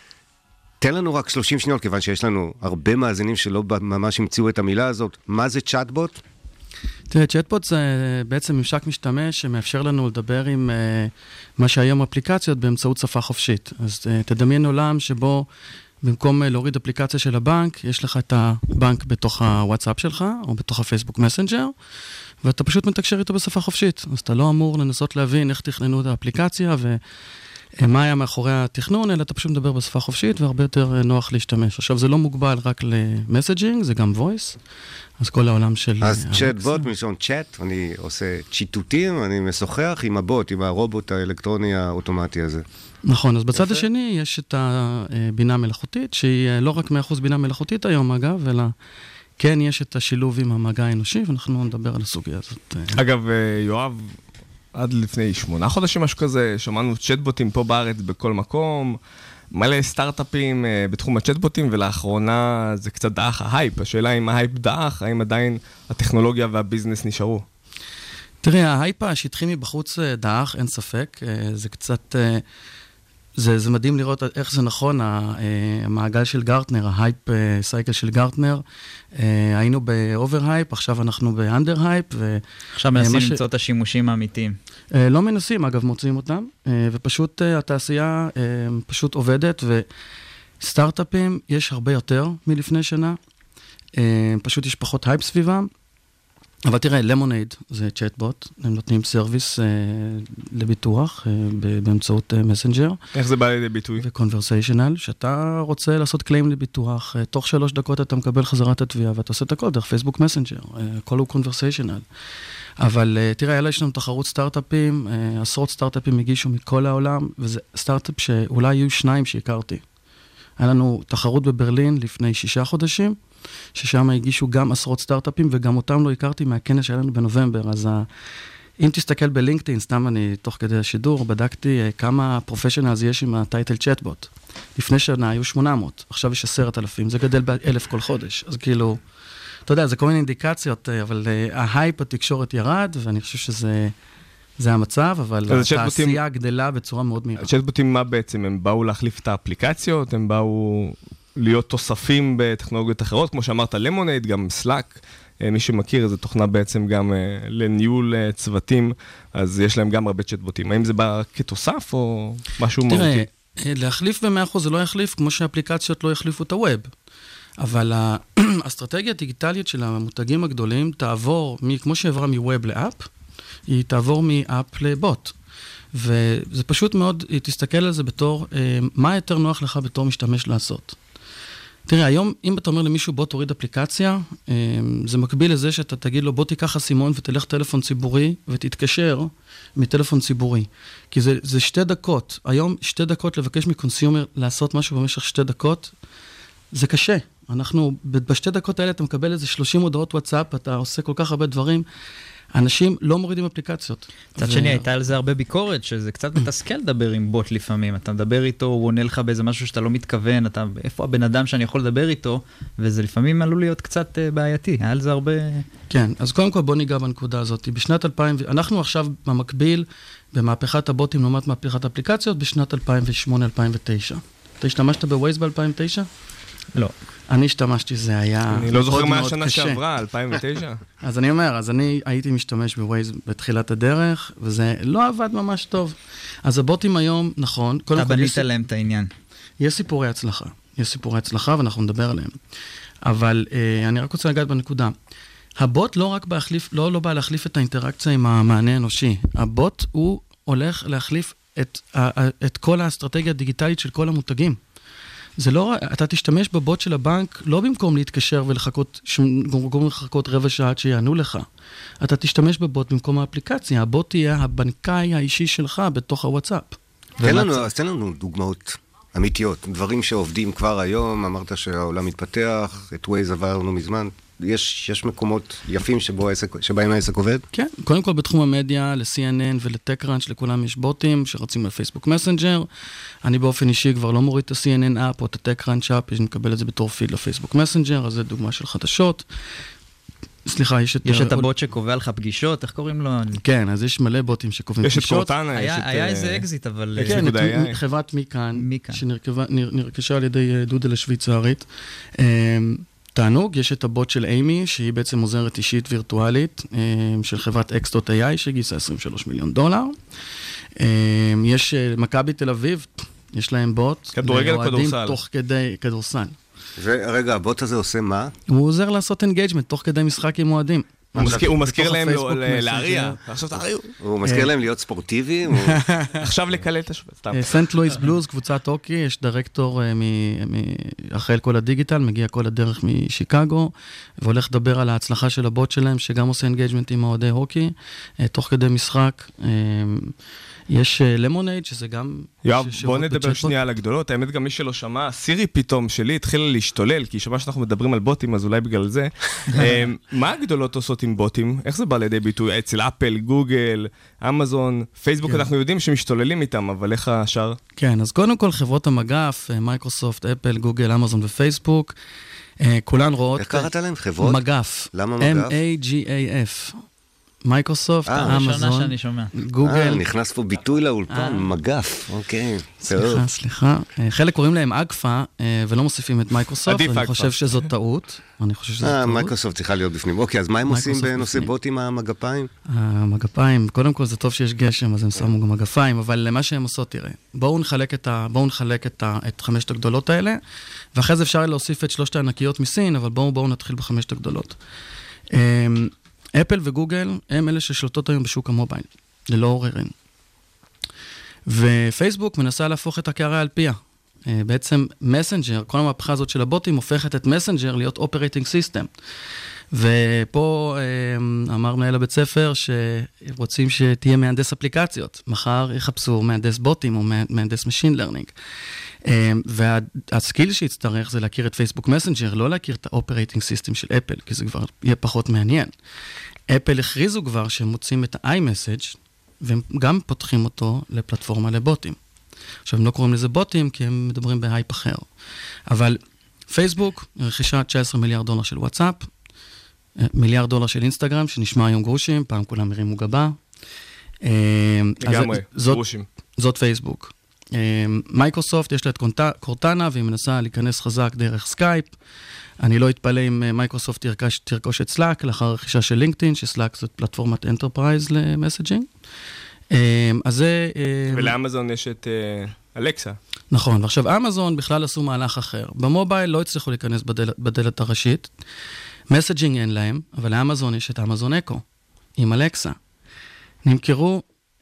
תן לנו רק שלושים שניות, כיוון שיש לנו הרבה מאזינים שלא ממש המציאו את המילה הזאת. מה זה צ'אטבוט? תראה, צ'אטבוט זה בעצם ממשק משתמש שמאפשר לנו לדבר עם uh, מה שהיום אפליקציות באמצעות שפה חופשית. אז uh, תדמיין עולם שבו במקום uh, להוריד אפליקציה של הבנק, יש לך את הבנק בתוך הוואטסאפ שלך, או בתוך הפייסבוק מסנג'ר, ואתה פשוט מתקשר איתו בשפה חופשית. אז אתה לא אמור לנסות להבין איך תכננו את האפליקציה ו... מה היה מאחורי התכנון, אלא אתה פשוט מדבר בשפה חופשית, והרבה יותר נוח להשתמש. עכשיו, זה לא מוגבל רק למסג'ינג, זה גם voice, אז כל העולם של... אז צ'אט-בוט, מלשון צ'אט, אני עושה צ'יטוטים, אני משוחח עם הבוט, עם הרובוט האלקטרוני האוטומטי הזה. נכון, אז בצד השני יש את הבינה מלאכותית, שהיא לא רק מאה אחוז בינה מלאכותית היום, אגב, אלא כן יש את השילוב עם המגע האנושי, ואנחנו נדבר על הסוגיה הזאת. אגב, יואב, עד לפני שמונה חודשים משהו כזה, שמענו צ'טבוטים פה בארץ בכל מקום, מלא סטארט-אפים בתחום הצ'טבוטים, ולאחרונה זה קצת דאח ההייפ. השאלה אם ההייפ דאח, האם עדיין הטכנולוגיה והביזנס נשארו? תראה, ההייפ השטחי מבחוץ דאח, אין ספק. זה קצת... זה, זה מדהים לראות איך זה נכון, המעגל של גרטנר, ההייפ סייקל של גרטנר. היינו באובר-הייפ, עכשיו אנחנו באנדר-הייפ. עכשיו מנסים ש... למצוא את השימושים האמיתיים. לא מנסים, אגב, מוצאים אותם, ופשוט התעשייה פשוט עובדת, וסטארט-אפים יש הרבה יותר מלפני שנה, פשוט יש פחות הייפ סביבם. אבל תראה, למונייד זה צ'אטבוט, הם נותנים סרוויס אה, לביטוח אה, באמצעות אה, מסנג'ר. איך זה בא לידי ביטוי? וקונברסיישנל, שאתה רוצה לעשות קליים לביטוח, אה, תוך שלוש דקות אתה מקבל חזרת התביעה, ואתה עושה את הכל דרך פייסבוק מסנג'ר, אה, הכל הוא קונברסיישנל. אבל אה, תראה, אלה יש לנו תחרות סטארט-אפים, אה, עשרות סטארט-אפים הגישו מכל העולם, וזה סטארט-אפ שאולי יהיו שניים שהכרתי. היה לנו תחרות בברלין לפני שישה חודשים, ששם הגישו גם עשרות סטארט-אפים, וגם אותם לא הכרתי מהכנס שהיה לנו בנובמבר. אז אם תסתכל בלינקדאין, סתם אני תוך כדי השידור, בדקתי כמה פרופשיונלס יש עם הטייטל צ'אטבוט. לפני שנה היו שמונה מאות, עכשיו יש עשרת אלפים, זה גדל באלף כל חודש. אז כאילו, אתה יודע, זה כל מיני אינדיקציות, אבל ההייפ התקשורת ירד, ואני חושב שזה... זה המצב, אבל התעשייה גדלה בצורה מאוד מהירה. הצ'אטבוטים מה בעצם? הם באו להחליף את האפליקציות? הם באו להיות תוספים בטכנולוגיות אחרות? כמו שאמרת, למונייד, גם סלאק, מי שמכיר, זו תוכנה בעצם גם לניהול צוותים, אז יש להם גם הרבה צ'אטבוטים. האם זה בא כתוסף או משהו מהותי? תראה, להחליף ב-מאה אחוז זה לא יחליף, כמו שהאפליקציות לא יחליפו את הווב. אבל האסטרטגיה הדיגיטלית של המותגים הגדולים תעבור, כמו שעברה מווב לאפ, היא תעבור מאפ לבוט. וזה פשוט מאוד, היא תסתכל על זה בתור, מה יותר נוח לך בתור משתמש לעשות. תראה, היום, אם אתה אומר למישהו, בוא תוריד אפליקציה, זה מקביל לזה שאתה תגיד לו, בוא תיקח חסימון ותלך טלפון ציבורי, ותתקשר מטלפון ציבורי. כי זה, זה שתי דקות. היום, שתי דקות לבקש מקונסיומר לעשות משהו במשך שתי דקות, זה קשה. אנחנו, בשתי דקות האלה אתה מקבל איזה שלושים הודעות וואטסאפ, אתה עושה כל כך הרבה דברים, אנשים לא מורידים אפליקציות. מצד שני, הייתה על זה הרבה ביקורת, שזה קצת מתסכל לדבר עם בוט לפעמים. אתה מדבר איתו, הוא עונה לך באיזה משהו שאתה לא מתכוון, אתה, איפה הבן אדם שאני יכול לדבר איתו, וזה לפעמים עלול להיות קצת בעייתי. היה על זה הרבה... כן, אז קודם כל בוא ניגע בנקודה הזאת. בשנת אלפיים, אנחנו עכשיו במקביל, במהפכת הבוטים, לעומת מהפכת אפליקציות, בשנת אלפיים ושמונה אלפיים ותשע. אתה השתמשת בווייז ב-אלפיים ותשע? לא. אני השתמשתי, זה היה אני לא זוכר מאוד מה מאוד השנה קשה. שעברה, אלפיים ותשע. אז אני אומר, אז אני הייתי משתמש בווייז בתחילת הדרך, וזה לא עבד ממש טוב. אז הבוטים היום, נכון, קודם אתה כל בנית יש- להם את העניין. יש סיפורי הצלחה. יש סיפורי הצלחה, ואנחנו נדבר עליהם. אבל אה, אני רק רוצה לגעת בנקודה. הבוט לא רק בהחליף, לא, לא בא להחליף את האינטראקציה עם המענה האנושי. הבוט הוא הולך להחליף את, ה- ה- את כל האסטרטגיה הדיגיטלית של כל המותגים. זה לא, אתה תשתמש בבוט של הבנק לא במקום להתקשר ולחכות, במקום לחכות רבע שעה עד שיענו לך. אתה תשתמש בבוט במקום האפליקציה. הבוט תהיה הבנקאי האישי שלך בתוך הוואטסאפ. תן לנו, אז תן לנו דוגמאות אמיתיות, דברים שעובדים כבר היום, אמרת שהעולם מתפתח, את ווייז עברנו מזמן, יש, יש מקומות יפים שבו העסק, שבהם העסק עובד? כן, קודם כל בתחום המדיה, ל-סי אן אן ול-TechCrunch, לכולם יש בוטים שרצים על פייסבוק מסנג'ר. אני באופן אישי כבר לא מוריד את ה-סי אן אן אפ או את ה-TechCrunch אפ, אני מקבל את זה בתור פיד לפייסבוק מסנג'ר, אז זה דוגמה של חדשות. סליחה, יש את... יש את הבוט שקובע לך פגישות, איך קוראים לו? כן, אז יש מלא בוטים שקובעים יש את פגישות. קורטנה, יש את... היה איזה אקזיט, אבל... כן, את איי איי. חברת מיקן, מיקן. שנרכשה על ידי דודל השוויצרית. תענוג, יש את הבוט של אימי, שהיא בעצם עוזרת אישית וירטואלית, של חברת אקס דוט איי איי, שגייסה עשרים ושלושה מיליון דולר. יש מכבי תל אביב, יש להם בוט. כדורגל או לאוהדים כדורסל? תוך כדי כדורסל. ורגע, הבוט הזה עושה מה? הוא עוזר לעשות אינגייג'מנט תוך כדי משחק עם אוהדים. הוא מזכיר- הוא מזכיר בתוך להם הפייסבוק לא- מסנג'ר. להריע. עכשיו תריעו. הוא מזכיר להם להיות ספורטיביים? הוא- עכשיו לקלל את השופט, סתם. סנט לואיס בלוז, קבוצת הוקי, יש דירקטור אה, מ- מ- אחראי על כל הדיגיטל, מגיע כל הדרך משיקגו, והולך לדבר על ההצלחה של הבוט שלהם, שגם עושה אינגייג'מנט עם האוהדי הוקי, אה, תוך כדי משחק. אה, יש למונייד, שזה גם... יואב, ש- בוא שירות נדבר בצ'אטבוט. שנייה על הגדולות. האמת, גם מי שלא שמע, סירי פתאום שלי התחילה להשתולל, כי שמע שאנחנו מדברים על בוטים, אז אולי בגלל זה. אמ, מה הגדולות עושות עם בוטים? איך זה בא לידי ביטוי? אצל אפל, גוגל, אמזון, פייסבוק, אנחנו יודעים שמשתוללים איתם, אבל איך השאר? כן, אז קודם כל חברות המגף, אה, מייקרוסופט, אפל, גוגל, אמזון ופייסבוק, אה, כולן רואות... איך קראת להם? חברות? מגף. למה מגף? M A G A F. מייקרוסופט, אה, ראשונה אמזון, שאני שומע. אה, גוגל. נכנס פה ביטוי לאולפן, מגף, אוקיי. טוב. סליחה, סליחה. אה, חלק קוראים להם אגפה, אה, ולא מוסיפים את מייקרוסופט, עדיף ואני אגפה. חושב שזאת טעות. אני חושב שזאת אה, טעות. מייקרוסופט צריכה להיות בפנים. אוקיי, אז מה הם עושים מייקרוסופט בנושא בפנים. בוטים המגפיים? המגפיים, קודם כל זה טוב שיש גשם, אז הם שמו גם מגפיים, אבל מה שהם עושות, תראה, בואו נחלק את, ה, בואו נחלק את, ה, את חמשת הגדולות האלה, ואחרי זה אפשר להוסיף את שלושת הענקיות מסין, אבל בואו בואו נתחיל בחמשת הגדולות. אמ, אפל וגוגל הם אלה ששולטות היום בשוק המובייל, ללא עוררין. ופייסבוק מנסה להפוך את הקערה על פיה. אה, בעצם מסנג'ר, כל המהפכה הזאת של הבוטים הופכת את מסנג'ר להיות אופרייטינג סיסטם. ופה אה, אמר מנהל הבית ספר שרוצים שתהיה מהנדס אפליקציות. מחר יחפשו מהנדס בוטים או מהנדס משין לרנינג. והסקיל שיצטרך זה להכיר את פייסבוק מסנג'ר, לא להכיר את האופרייטינג סיסטם של אפל, כי זה כבר יהיה פחות מעניין. אפל הכריזו כבר שהם מוצאים את ה-iMessage, והם גם פותחים אותו לפלטפורמה לבוטים. עכשיו, הם לא קוראים לזה בוטים, כי הם מדברים בהייפ אחר. אבל פייסבוק, רכישה תשעה עשר מיליארד דולר של וואטסאפ, מיליארד דולר של אינסטגרם, שנשמע היום גרושים, פעם כולם הרימו גבה. לגמרי, זאת, גרושים. זאת פייסבוק. מייקרוסופט, יש לה את קורטנה, והיא מנסה להיכנס חזק דרך סקייפ. אני לא אתפלא אם מייקרוסופט תרכוש, תרכוש את סלאק, לאחר רכישה של לינקדאין, שסלאק זאת פלטפורמת אנטרפרייז למסג'ינג. אז זה... ולאמזון יש את אלקסה. נכון, ועכשיו אמזון בכלל עשו מהלך אחר. במובייל לא הצליחו להיכנס בדל, בדלת הראשית. מסג'ינג אין להם, אבל לאמזון יש את אמזון אקו, עם אלקסה. נמכרו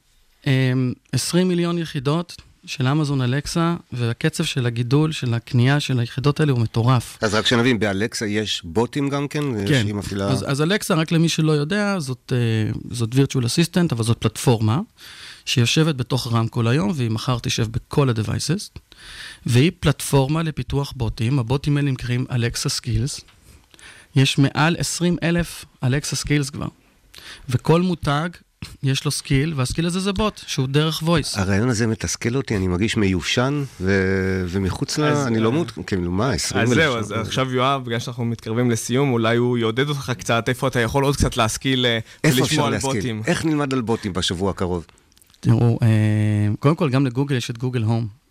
עשרים מיליון יחידות של אמזון אלקסה, והקצב של הגידול, של הקנייה של היחידות האלה הוא מטורף. אז רק שנבין, באלקסה יש בוטים גם כן? כן, שהיא מפעילה... אז, אז אלקסה, רק למי שלא יודע, זאת, זאת virtual assistant, אבל זאת פלטפורמה, שיושבת בתוך רמקול היום, והיא מחר תשב בכל ה-devices, והיא פלטפורמה לפיתוח בוטים. הבוטים האלה נקראים אלקסה סקילס. יש מעל עשרים אלף אלקסה סקילס כבר. וכל מותג יש לו סקיל, והסקיל הזה זה בוט, שהוא דרך וויס. הרעיון הזה מתסכל אותי, אני מרגיש מיושן, ו... ומחוץ לה, אני לא מות... כאילו, מה, עשרים אלף? אז זהו, אז עכשיו יואב, בגלל שאנחנו מתקרבים לסיום, אולי הוא יעודד אותך קצת, איפה אתה יכול עוד קצת להשכיל ולשמוע על בוטים. איך נלמד על בוטים בשבוע הקרוב? תראו, קודם כל גם לגוגל יש את גוגל הום,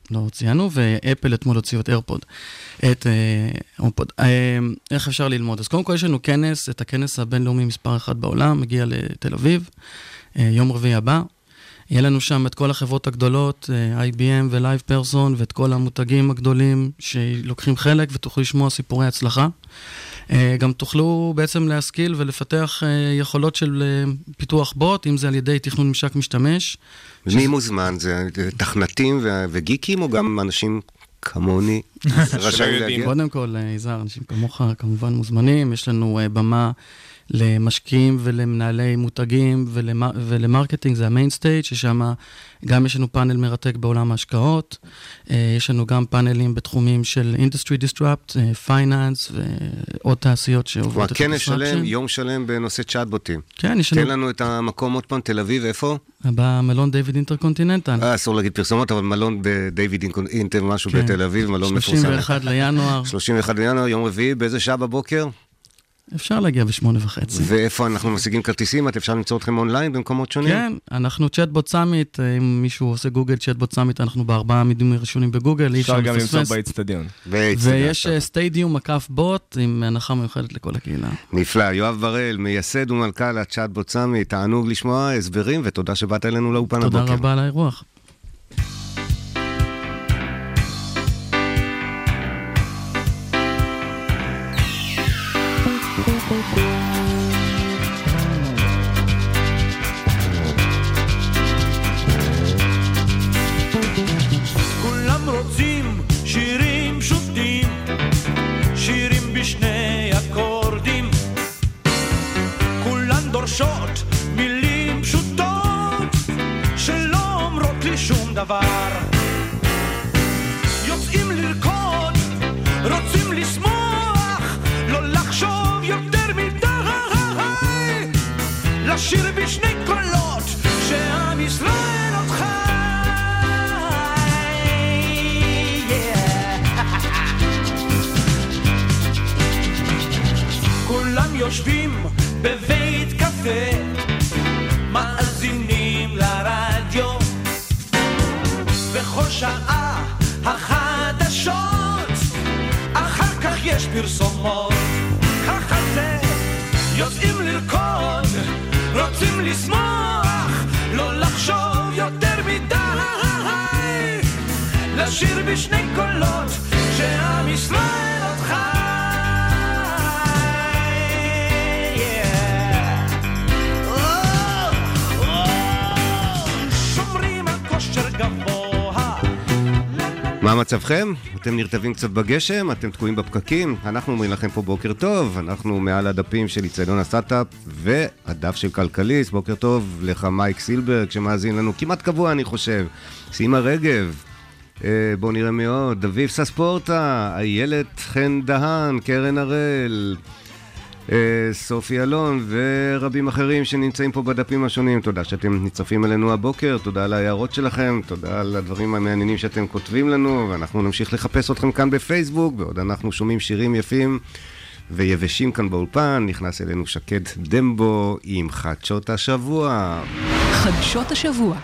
לא ציינו, ואפל אתמול הוציאו את איירפוד, את איירפוד. איך אפשר ללמוד? אז קודם כל יש לנו כנס, את הכנס הבינלאומי מספר אחד בעולם, מגיע לתל אביב, יום רביעי הבא. יהיה לנו שם את כל החברות הגדולות, איי בי אם ולייב פרסון, ואת כל המותגים הגדולים שלוקחים חלק, ותוכלו לשמוע סיפורי הצלחה. גם תוכלו בעצם להשכיל ולפתח יכולות של פיתוח בוט, אם זה על ידי תכנון ממשק משתמש. מי מוזמן? זה תכנתים וגיקים, או גם אנשים כמוני רשאים להגיע? קודם כל, יזהר, אנשים כמוך כמובן מוזמנים. יש לנו במה למשקיעים ולמנהלי מותגים ולמרקטינג, זה המיין סטייג', ששם גם יש לנו פאנל מרתק בעולם ההשקעות, יש לנו גם פאנלים בתחומים של industry disrupt, finance ועוד תעשיות שעוברות את הכנס שלם, יום שלם בנושא צ'אטבוטים. כן, יש לנו... תן לנו את המקום עוד פעם, תל אביב, איפה? במלון דיוויד אינטרקונטיננטל. אה, אסור להגיד פרסומות, אבל מלון בדיוויד אינטר, משהו בתל אביב, מלון מפורסם. שלושים ואחד לינואר. שלושים ואחד לינואר, יום רביעי, באיזה שעה בבוקר? אפשר להגיע בשמונה וחצי. ואיפה אנחנו משיגים כרטיסים? את אפשר למצוא אתכם אונליין במקומות שונים? כן, אנחנו צ'אטבוט סאמיט, אם מישהו עושה גוגל צ'אטבוט סאמיט, אנחנו בארבעה מידים ראשונים בגוגל, אפשר גם למצוא באצטדיון. ויש סטדיום מקף בוט עם הנחה מיוחדת לכל הקהילה. נפלא, יואב בראל, מייסד ומנכ"ל הצ'אטבוט סאמיט, תענוג לשמוע הסברים, ותודה שבאת אלינו לאופן הבוקר. תודה רבה על האירוח. דבר יוצאים לרקוד, רוצים לשמוח, לא לחשוב יותר מדי, לשיר בשני קולות שעם ישראל עוד חי. כולם יושבים בבית קפה, מאזינים לרדיו, בכל שעה החדשות, אחר כך יש פרסומות, ככה זה, יוצאים לרקוד, רוצים לשמוח, לא לחשוב יותר מדי, לשיר בשני קולות שעם ישראל עוד חי. שומרים על כושר גבוה. מה מצבכם? אתם נרטבים קצת בגשם? אתם תקועים בפקקים? אנחנו אומרים לכם פה בוקר טוב, אנחנו מעל הדפים של אצטדיון הסטארט-אפ והדף של כלכליסט. בוקר טוב לך מייק סילברג שמאזין לנו כמעט קבוע אני חושב, סימה רגב, אה, בוא נראה מאוד, דביב סספורטה, איילת חן דהן, קרן הראל, אה, סופי אלון ורבים אחרים שנמצאים פה בדפים השונים. תודה שאתם נצטרפים אלינו הבוקר, תודה על ההערות שלכם, תודה על הדברים המעניינים שאתם כותבים לנו, ואנחנו נמשיך לחפש אתכם כאן בפייסבוק, ועוד אנחנו שומעים שירים יפים ויבשים כאן באולפן. נכנס אלינו שקד דמבו עם חדשות השבוע. חדשות השבוע.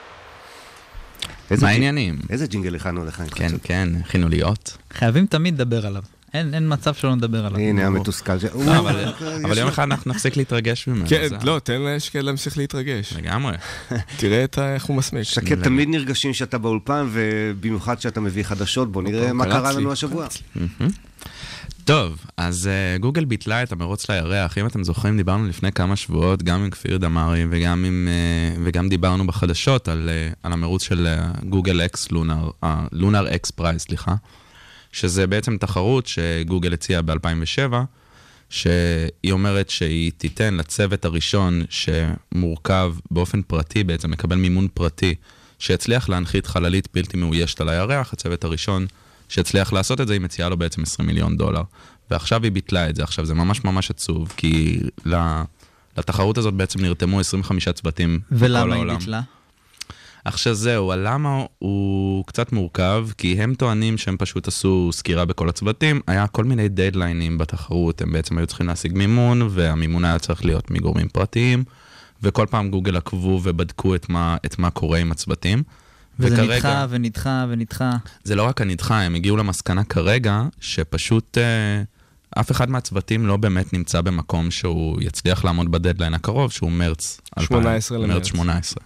מה העניינים? איזה ג'ינגל הכנו לך? כן, כן, הכינו להיות. חייבים תמיד לדבר עליו. אין, אין מצב שלא נדבר עליו. הנה המתוסכל. אבל יום אחד אנחנו נפסיק להתרגש ממנו. כן, לא, תן לשקד להמשיך להתרגש. לגמרי. תראה איך הוא מסמיק. שקד תמיד נרגשים שאתה באולפן, ובמיוחד שאתה מביא חדשות. בוא נראה מה קרה לנו השבוע. טוב, אז גוגל ביטלה את המרוץ לירח. אם אתם זוכרים, דיברנו לפני כמה שבועות, גם עם כפיר דמרי, וגם, עם, וגם דיברנו בחדשות על, על המרוץ של גוגל אקס לונר, לונר אקס פרייז, סליחה. שזה בעצם תחרות שגוגל הציעה ב-אלפיים ושבע, שהיא אומרת שהיא תיתן לצוות הראשון שמורכב באופן פרטי, בעצם מקבל מימון פרטי, שיצליח להנחית חללית בלתי מאוישת על הירח. הצוות הראשון שיצליח לעשות את זה, היא מציעה לו בעצם עשרים מיליון דולר. ועכשיו היא ביטלה את זה. עכשיו זה ממש ממש עצוב, כי לתחרות הזאת בעצם נרתמו עשרים וחמישה צוותים בכל העולם. ולמה היא ביטלה? עכשיו זהו, הלמה הוא קצת מורכב, כי הם טוענים שהם פשוט עשו סקירה בכל הצוותים, היה כל מיני דדליינים בתחרות, הם בעצם היו צריכים להשיג מימון, והמימון היה צריך להיות מגורמים פרטיים, וכל פעם גוגל עקבו ובדקו את מה, את מה קורה עם הצוותים, וזה וכרגע, נדחה ונדחה ונדחה. זה לא רק הנדחה, הם הגיעו למסקנה כרגע, שפשוט אה, אף אחד מהצוותים לא באמת נמצא במקום שהוא יצליח לעמוד בדדליין הקרוב, שהוא מרץ שמונה עשרה למרץ. מרץ שמונה עשרה.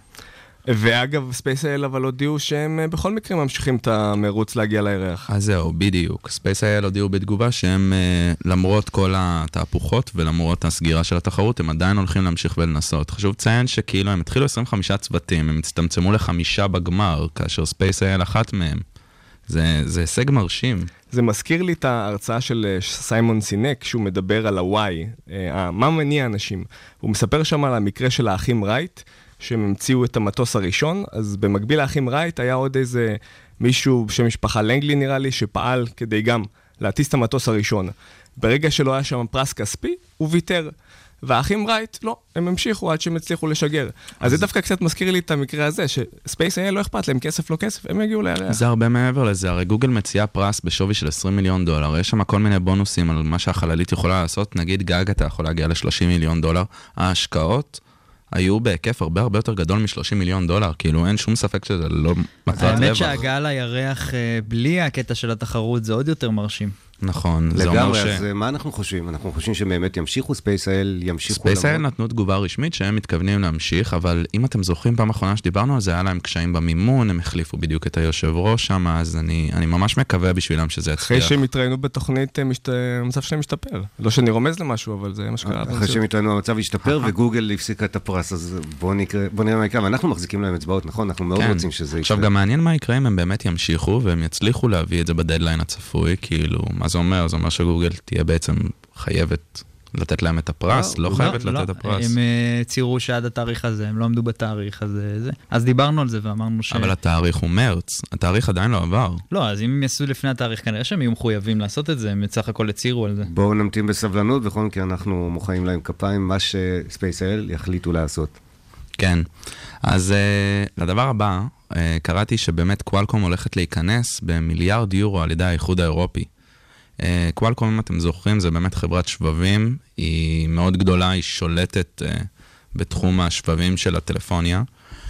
ואגב, ספייס.איי.אל אבל הודיעו שהם בכל מקרה ממשיכים את המרוץ להגיע לירח. אז זהו, בדיוק. ספייס.איי.אל הודיעו בתגובה שהם, למרות כל התהפוכות ולמרות הסגירה של התחרות, הם עדיין הולכים להמשיך ולנסות. חשוב לציין שכאילו הם התחילו עשרים וחמישה צוותים, הם הצטמצמו לחמישה בגמר, כאשר ספייס.איי.אל אחת מהם. זה, זה הישג מרשים. זה מזכיר לי את ההרצאה של סיימון סינק, שהוא מדבר על הוואי, מה מניע אנשים. הוא מספר שם על המקרה של האחים רייט, שהם המציאו את המטוס הראשון, אז במקביל לאחים רייט היה עוד איזה מישהו שמשפחה לנגלי נראה לי, שפעל כדי גם להטיס את המטוס הראשון. ברגע שלא היה שם פרס כספי, הוא ויתר. והאחים רייט, לא, הם המשיכו עד שהם הצליחו לשגר. אז זה דווקא קצת מזכיר לי את המקרה הזה, שספייס.איי.אל לא אכפת להם כסף לא כסף, הם הגיעו לירח. זה הרבה מעבר לזה, הרי גוגל מציעה פרס בשווי של עשרים מיליון דולר, יש שם כל מיני בונוסים על מה שהחללית יכולה לעשות, נגיד גג אתה יכול להגיע ל-שלושים מיליון דולר, ההשקעות היו בהיקף הרבה הרבה יותר גדול מ-שלושים מיליון דולר, כאילו אין שום ספק שזה לא מטרת רווח. האמת שההגעה לירח בלי הקטע של התחרות זה עוד יותר מרשים. נכון, זה אומר אומר ש... ש... אז מה אנחנו חושבים? אנחנו חושבים שבאמת ימשיכו, ספייס.איי.אל ימשיכו... ספייס.איי.אל נתנו תגובה רשמית שהם מתכוונים להמשיך, אבל אם אתם זוכרים פעם אחרונה שדיברנו על זה, היה להם קשיים במימון, הם החליפו בדיוק את היושב ראש שם, אז אני, אני ממש מקווה בשבילם שזה יצליח. אחרי שהם התראינו בתוכנית, משת... המצב שלהם משתפר. לא שאני רומז למשהו, אבל זה מה שקרה. אחרי שהם התראינו, המצב השתפר, וגוגל הפסיקה את הפרס, אז בואו נקרא, בואו נראה מה יקרה, ואנחנו מחזיקים להם אצבעות, נכון? אנחנו מאוד רוצים שזה יקרה. עכשיו גם מעניין מה יקרה אם הם באמת ימשיכו, והם יצליחו להביא את זה בדדליין הצפוי, כאילו, מה זה אומר? זה אומר שגוגל תהיה בעצם חייבת לתת להם את הפרס, לא חייבת לתת את הפרס. הם ציירו שעד התאריך הזה, הם לא עמדו בתאריך הזה, אז דיברנו על זה ואמרנו ש... אבל התאריך הוא מרץ, התאריך עדיין לא עבר. לא, אז אם הם יעשו לפני התאריך, כנראה שהם יהיו מחויבים לעשות את זה, הם בסך הכל הצהירו על זה. בואו נמתין בסבלנות, בכל מקרה אנחנו מוחאים להם כפיים, מה שספייס.איי.אל יחליטו לעשות. כן, אז לדבר הבא, קראתי שבאמת קואלקום הולכת להיכנס במיליארד יורו על ידי האיחוד האירופי. קואלקום, אם אתם זוכרים, זה באמת חברת שבבים, היא מאוד גדולה, היא שולטת בתחום השבבים של הטלפוניה,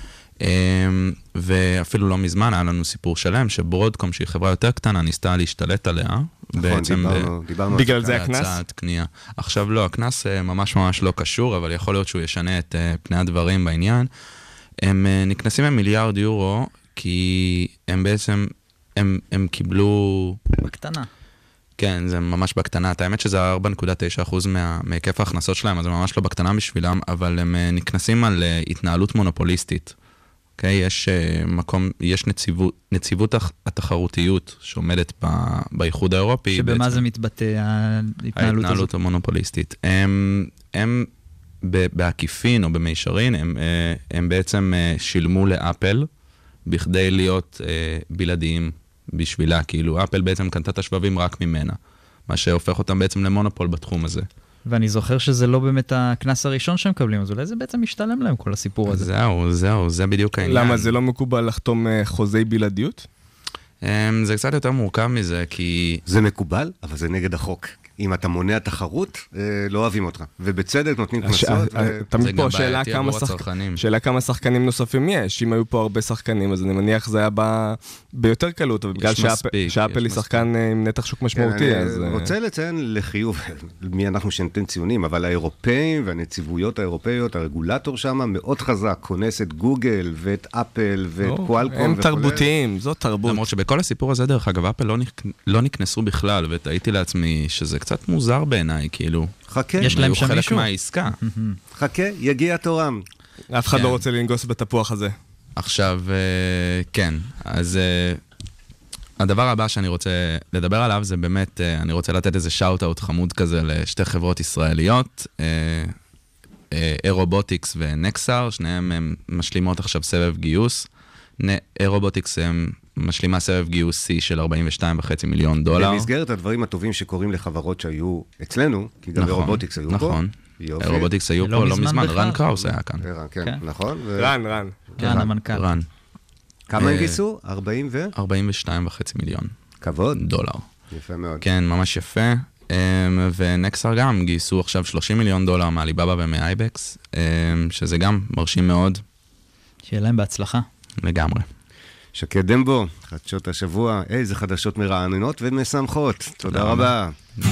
ואפילו לא מזמן היה לנו סיפור שלם, שברודקום, שהיא חברה יותר קטנה, ניסתה להשתלט עליה. נכון, דיברנו, דיברנו. בגלל זה הכנס? קנייה. עכשיו לא, הכנס ממש ממש לא קשור, אבל יכול להיות שהוא ישנה את פני הדברים בעניין. הם נכנסים במיליארד יורו, כי הם בעצם, הם, הם קיבלו... בקטנה. כן, זה ממש בקטנה. האמת שזה ארבע נקודה תשע אחוז מהיקף ההכנסות שלהם, אז זה ממש לא בקטנה בשבילם, אבל הם נכנסים על התנהלות מונופוליסטית. אוקיי? יש מקום, יש נציבות, נציבות התחרותיות שעומדת ב, באיחוד האירופי. שבמה בעצם, זה מתבטא ההתנהלות הזאת? ההתנהלות המונופוליסטית. הם, הם בעקיפין או במישרין, הם, הם בעצם שילמו לאפל בכדי להיות בלעדיים בשבילה, כאילו אפל בעצם קנתה את השבבים רק ממנה, מה שהופך אותם בעצם למונופול בתחום הזה. ואני זוכר שזה לא באמת הכנס הראשון שהם מקבלים, אז אולי זה בעצם משתלם להם כל הסיפור הזה. זהו, זהו, זה בדיוק העניין. למה, זה לא מקובל לחתום חוזי בלעדיות? זה קצת יותר מורכב מזה, כי... זה מקובל, אבל זה נגד החוק. אם אתה מונע תחרות, לא אוהבים אותך. ובצדק נותנים קנסות. תמיד פה שאלה כמה שחקנים נוספים יש. אם היו פה הרבה שחקנים, אז אני מניח זה היה ביותר קלות, אבל בגלל שאפל היא שחקן עם נתח שוק משמעותי. אני רוצה לציין לחיוב, מי אנחנו שניתן ציונים, אבל האירופאים והנציבויות האירופאיות, הרגולטור שם מאוד חזק, כונס את גוגל ואת אפל ואת קואלקום. הם תרבותיים, זאת תרבות. למרות שבכל הסיפור הזה, דרך אגב, אפל לא נכנסו בכלל, ותהיתי לעצמי שזה קצת מוזר בעיניי, כאילו. חכה. יש להם שם חלק מישהו. מהעסקה. חכה, יגיע תורם. אף אחד לא רוצה לנגוס בתפוח הזה. עכשיו, כן, אז הדבר הבא שאני רוצה לדבר עליו זה באמת, אני רוצה לתת איזה שאוט-אוט חמוד כזה לשתי חברות ישראליות, אירובוטיקס ונקסר, שניהם הם משלימות עכשיו סבב גיוס. אירובוטיקס הם משלימה סבב גיוס C של ארבעים ושתיים וחצי מיליון דולר. במסגרת הדברים הטובים שקורים לחברות שהיו אצלנו, כי גם אירובוטיקס היו פה. נכון, אירובוטיקס היו פה לא מזמן, רן קראוס היה כאן. כן, נכון. רן, רן. רן המנכ"ל. רן. כמה הם גיסו? ארבעים ו? ארבעים ושתיים וחצי מיליון. כבוד. דולר. יפה מאוד. כן, ממש יפה. ונקסר גם גייסו עכשיו שלושים מיליון דולר מאליבאבא ומאייבקס, שזה גם מרשים מאוד. שיהיה להם בהצלחה. לגמרי. שקד דמבו, חדשות השבוע, איזה חדשות מרעננות ומשמחות. תודה רבה.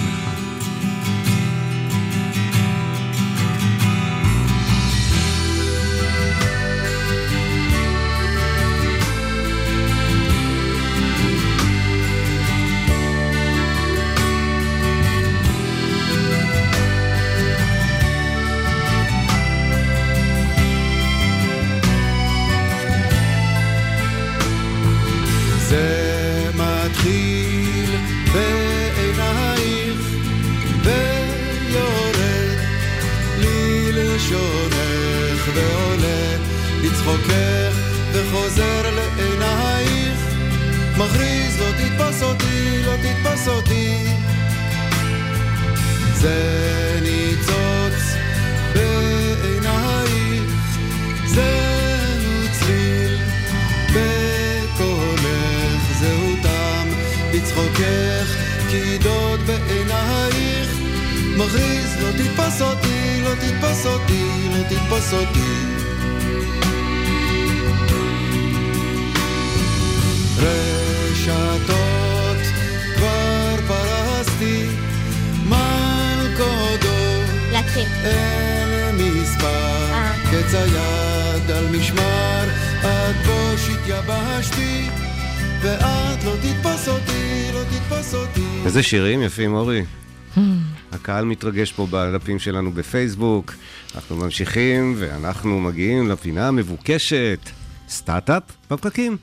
צחוקך וחוזר לעינייך, מכריז לא תתפס אותי, לא תתפס אותי. זה ניצוץ בעינייך, זהו צליל בקולך, זהו טעם בצחוקך, קידות בעינייך, מכריז לא תתפס אותי, לא תתפס אותי, לא תתפס אותי. רשתות כבר פרסתי, מלכודות אין מספר, קץ היד על משמר, עד בוש התייבשתי, ואת לא תתפס אותי, לא תתפס אותי. איזה שירים יפים, אורי. הקהל מתרגש פה בדפים שלנו בפייסבוק. אנחנו ממשיכים ואנחנו מגיעים לפינה המבוקשת, סטארט-אפ בפקקים.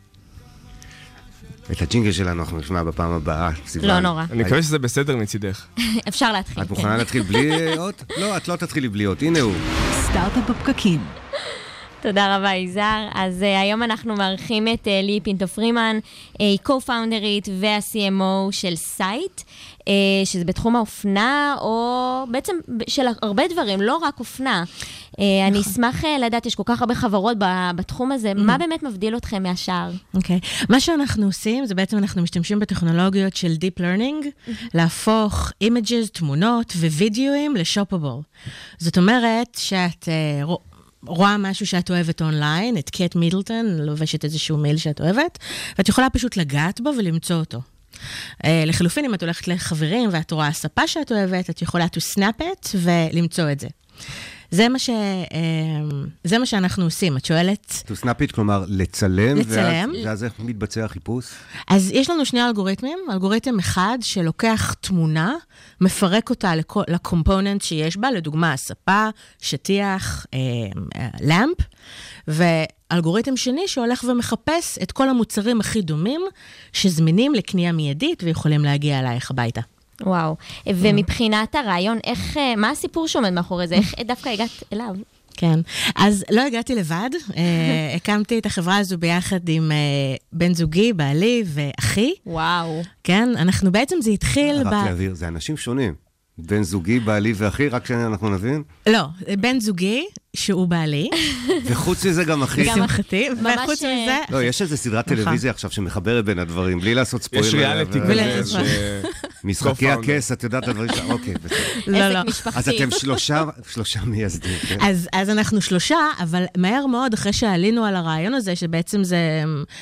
את הג'ינגל שלנו אנחנו נשמע בפעם הבאה. לא נורא. אני מקווה שזה בסדר מצידך. אפשר להתחיל. את מוכנה להתחיל בלי אות? לא, את לא תתחילי בלי אות. הנה הוא. סטארט-אפ בפקקים. תודה רבה, יזהר. אז uh, היום אנחנו מארחים את uh, לי פינטו פרימן, היא uh, co-founderית וה-סי אם או של סייט, uh, שזה בתחום האופנה, או בעצם של הרבה דברים, לא רק אופנה. Uh, אני אשמח uh, לדעת, יש כל כך הרבה חברות בתחום הזה, mm-hmm. מה באמת מבדיל אתכם מהשאר? אוקיי. Okay. מה שאנחנו עושים, זה בעצם אנחנו משתמשים בטכנולוגיות של Deep Learning, mm-hmm. להפוך images, תמונות ווידאוים לשופable. זאת אומרת שאת... Uh, רואה משהו שאת אוהבת אונליין, את קט מידלטון, לובשת איזשהו מייל שאת אוהבת, ואת יכולה פשוט לגעת בו ולמצוא אותו. לחלופין, אם את הולכת לחברים ואת רואה ספה שאת אוהבת, את יכולה to snap it ולמצוא את זה. זה מה, ש... זה מה שאנחנו עושים. את שואלת... to snap it, כלומר לצלם, לצלם. ואז, ואז איך מתבצע חיפוש? אז יש לנו שני אלגוריתמים. אלגוריתם אחד שלוקח תמונה, מפרק אותה לקומפוננט שיש בה, לדוגמה, הספה, שטיח, למפ, ואלגוריתם שני שהולך ומחפש את כל המוצרים הכי דומים, שזמינים לקנייה מיידית ויכולים להגיע אלייך הביתה. וואו, ומבחינת הרעיון, איך, מה הסיפור שעומד מאחורי זה? איך דווקא הגעת אליו? כן, אז לא הגעתי לבד, הקמתי את החברה הזו ביחד עם בן זוגי, בעלי ואחי. וואו. כן, אנחנו בעצם, זה התחיל... רק להעביר, זה אנשים שונים. בן זוגי, בעלי ואחי, רק שאנחנו נבין? לא, בן זוגי, שהוא בעלי. וחוץ מזה גם אחי. גם אחי, וחוץ מזה... לא, יש איזה סדרת טלוויזיה עכשיו שמחברת בין הדברים, בלי לעשות ספוילר. יש ריאליטי כזה. משחקי הכס, את יודעת הדברים שלך, אוקיי, בסדר. לא, לא. אז אתם שלושה, שלושה מייסדים, כן? אז אנחנו שלושה, אבל מהר מאוד, אחרי שעלינו על הרעיון הזה, שבעצם זה...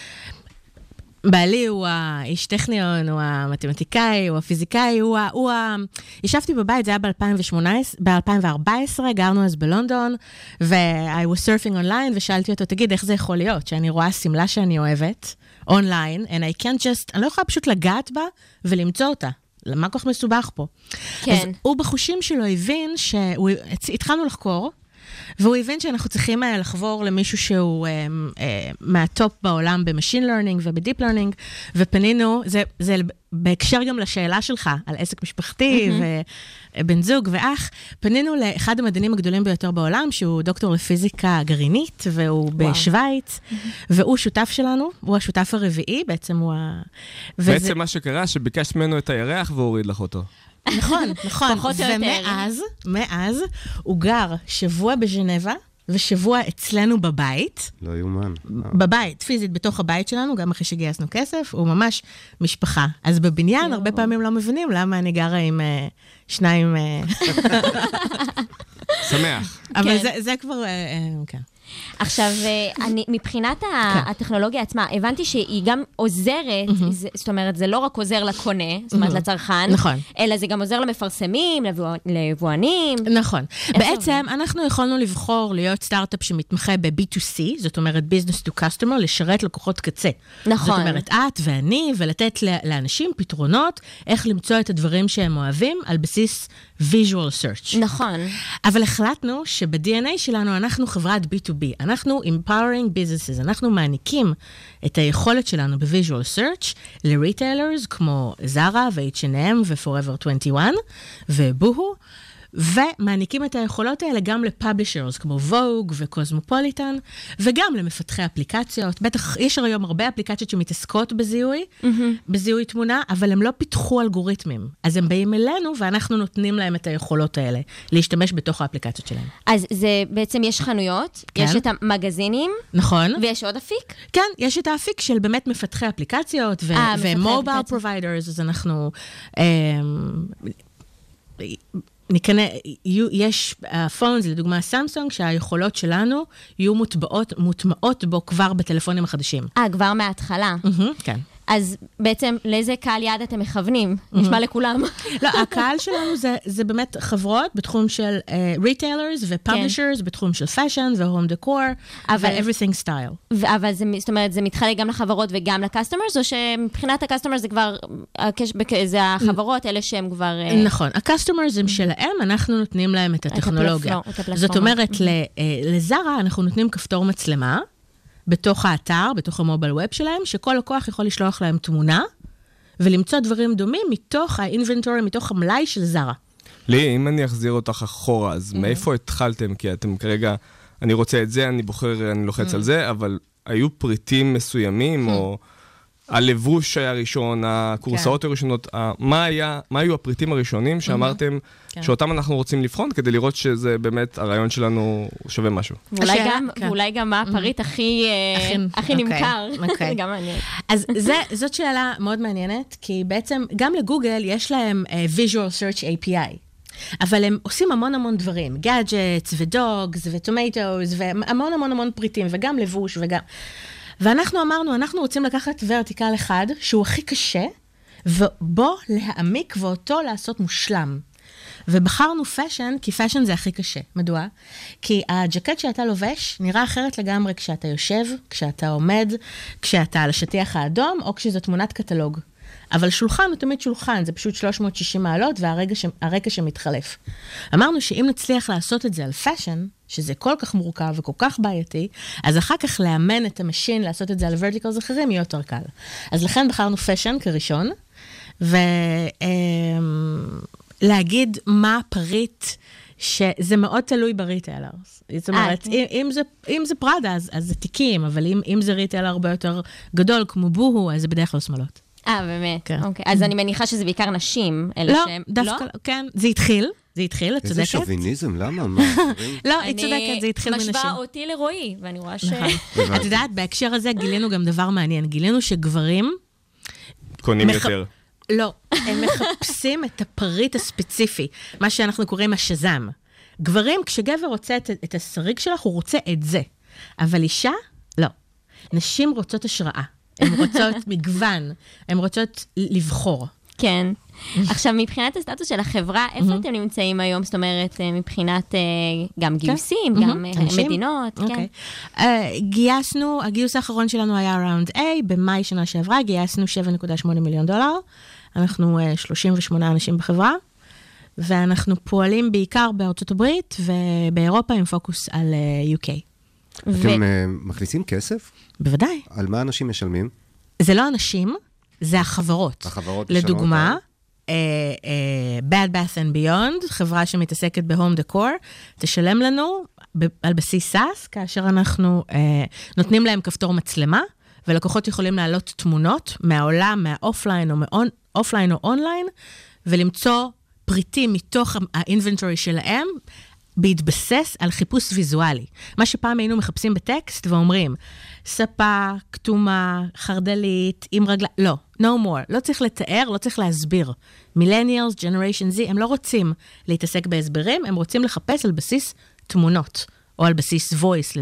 בעלי הוא האיש טכניון, הוא המתמטיקאי, הוא הפיזיקאי, הוא ה... הוא ה... ישבתי בבית, זה היה ב-אלפיים וארבע עשרה, גרנו אז בלונדון, ו-I was surfing online, ושאלתי אותו, תגיד, איך זה יכול להיות? שאני רואה סמלה שאני אוהבת, אונליין, and I can't just, אני לא יכולה פשוט לגעת בה, ולמצוא אותה. למה כל כך מסובך פה? כן. אז הוא בחושים שלו הבין, שהתחלנו לחקור, והוא הבין שאנחנו צריכים לחבור למישהו שהוא אה, אה, מהטופ בעולם במשין לרנינג ובדיפ לרנינג, ופנינו, זה, זה בהקשר גם לשאלה שלך, על עסק משפחתי mm-hmm. ובן זוג ואח, פנינו לאחד המדענים הגדולים ביותר בעולם, שהוא דוקטור לפיזיקה גרעינית, והוא וואו. בשוויץ, mm-hmm. והוא שותף שלנו, הוא השותף הרביעי, בעצם הוא ה... וזה... בעצם מה שקרה, שביקשת ממנו את הירח והוריד לך אותו. נכון, נכון. ומאז, מאז, הוא גר שבוע בז'נבה, ושבוע אצלנו בבית. לא יומן. בבית, פיזית, בתוך הבית שלנו, גם אחרי שגייסנו כסף, הוא ממש משפחה. אז בבניין, הרבה פעמים לא מבינים למה אני גרה עם שניים... שמח. אבל זה כבר, כן. עכשיו, אני, מבחינת הטכנולוגיה עצמה, הבנתי שהיא גם עוזרת, זאת אומרת, זה לא רק עוזר לקונה, זאת אומרת, לצרכן, אלא זה גם עוזר למפרסמים, ליבואנים. נכון. בעצם, אנחנו יכולנו לבחור להיות סטארט-אפ שמתמחה ב-בי טו סי, זאת אומרת, Business to Customer, לשרת לקוחות קצה. נכון. זאת אומרת, את ואני, ולתת לאנשים פתרונות, איך למצוא את הדברים שהם אוהבים, על בסיס visual search. נכון. אבל החלטנו שב-די אן איי שלנו אנחנו חברת בי טו בי. אנחנו empowering businesses. אנחנו מעניקים את היכולת שלנו ב-visual search ל-retailers כמו זרה ו-אייץ' אנד אם ו-Forever עשרים ואחת ובוהו, ומעניקים את היכולות האלה גם לפאבלישרס כמו ווג וקוסמופוליטן, וגם למפתחי אפליקציות. בטח יש היום הרבה אפליקציות שמתעסקות בזיהוי, mm-hmm. בזיהוי תמונה, אבל הם לא פיתחו אלגוריתמים. אז הם באים אלינו ואנחנו נותנים להם את היכולות האלה, להשתמש בתוך האפליקציות שלהם. אז זה בעצם יש חנויות, כן. יש את המגזינים, נכון. ויש עוד אפיק? כן, יש את האפיק של באמת מפתחי אפליקציות ו- 아, ומובייל פרוביידרס, אז אנחנו... אה, נקנה, יש פונס, לדוגמה סמסונג, שהיכולות שלנו יהיו מוטבעות, מוטמעות בו כבר בטלפונים החדשים. אה, כבר מההתחלה. כן. אז בעצם לאיזה קהל יעד אתם מכוונים? נשמע לכולם. לא, הקהל שלנו זה, זה באמת חברות בתחום של ריטיילרס ופאבלישרס, בתחום של פאשן והום דקור, ו-everything style. אבל זאת אומרת, זה מתחלק גם לחברות וגם לקסטומרס, או שמבחינת הקסטומרס זה כבר, זה החברות, אלה שהם כבר... נכון, הקסטומרס הם שלהם, אנחנו נותנים להם את הטכנולוגיה. זאת אומרת, לזרה אנחנו נותנים כפתור מצלמה, בתוך האתר, בתוך המוביל ווב שלהם, שכל לקוח יכול לשלוח להם תמונה, ולמצוא דברים דומים מתוך האינבנטורי, מתוך המלאי של זרה. לי, אם אני אחזיר אותך אחורה, אז מאיפה התחלתם? כי אתם כרגע, אני רוצה את זה, אני בוחר, אני לוחץ על זה, אבל היו פריטים מסוימים, או הלבוש היה ראשון, הקורסאות הראשונות, מה היה, מה היו הפריטים הראשונים שאמרתם שאותם אנחנו רוצים לבחון, כדי לראות שזה באמת הרעיון שלנו שווה משהו. ואולי גם מה הפריט הכי נמכר. גם מעניין. אז זאת שאלה מאוד מעניינת, כי בעצם גם לגוגל יש להם Visual Search איי פי איי. אבל הם עושים המון המון דברים, גאדג'טס ודוגס וטומטוס, והמון המון המון פריטים, וגם לבוש וגם... ואנחנו אמרנו, אנחנו רוצים לקחת ורטיקל אחד, שהוא הכי קשה, ובו להעמיק ואותו לעשות מושלם. ובחרנו פאשן, כי פאשן זה הכי קשה. מדוע? כי הג'קט שאתה לובש נראה אחרת לגמרי כשאתה יושב, כשאתה עומד, כשאתה על השטיח האדום, או כשזו תמונת קטלוג. אבל שולחן הוא תמיד שולחן, זה פשוט שלוש מאות ושישים מעלות, והרקע שמתחלף. אמרנו שאם נצליח לעשות את זה על פאשן, שזה כל כך מורכב וכל כך בעייתי, אז אחר כך לאמן את המשין, לעשות את זה על ורטיקלס אחרים, יהיה יותר קל. אז לכן בחרנו פאשן כראשון, ולהגיד מה הפריט, שזה מאוד תלוי בריטיילרס. זאת אומרת, אם זה, אם זה פרדה, אז, אז זה תיקים, אבל אם, אם זה ריטיילר הרבה יותר גדול, כמו בוהו, אז זה בדרך כלל שמאלות. אה, באמת? אוקיי. אז אני מניחה שזה בעיקר נשים, אלה שהם... לא, דווקא, כן, זה התחיל. זה התחיל, את צודקת. איזה שוביניזם, למה? לא, את צודקת, זה התחיל מנשים. אני משווה אותי לרועי, ואני רואה ש... את יודעת, בהקשר הזה גילינו גם דבר מעניין. גילינו שגברים... קונים יותר. לא, הם מחפשים את הפריט הספציפי, מה שאנחנו קוראים השזם. גברים, כשגבר רוצה את השריג שלך, הוא רוצה את זה. אבל אישה, לא. נשים רוצות השראה. הן רוצות מגוון. הן רוצות לבחור. כן. עכשיו, מבחינת הסטטוס של החברה, איפה אתם נמצאים היום? זאת אומרת, מבחינת גם גיוסים, גם מדינות, כן? גייסנו, הגיוס האחרון שלנו היה ראונד A, במאי שנה שעברה, גייסנו שבע נקודה שמונה מיליון דולר. אנחנו שלושים ושמונה אנשים בחברה, ואנחנו פועלים בעיקר בארצות הברית, ובאירופה עם פוקוס על יו קיי. אתם מכניסים כסף? בוודאי. על מה אנשים משלמים? זה לא אנשים, זה החברות. החברות לדוגמה, uh, uh, Bed Bath and Beyond, חברה שמתעסקת בהום דקור, תשלם לנו ב- על בסיס סאס, כאשר אנחנו uh, נותנים להם כפתור מצלמה, ולקוחות יכולים להעלות תמונות מהעולם, מהאופליין או מאופליין או אונליין, ולמצוא פריטים מתוך האינבנטורי שלהם, בהתבסס על חיפוש ויזואלי. מה שפעם היינו מחפשים בטקסט ואומרים, ספה, כתומה, חרדלית, עם רגלה, לא, no more, לא צריך לתאר, לא צריך להסביר. Millennials, Generation Z, הם לא רוצים להתעסק בהסברים, הם רוצים לחפש על בסיס תמונות, או על בסיס voice לדוגמה.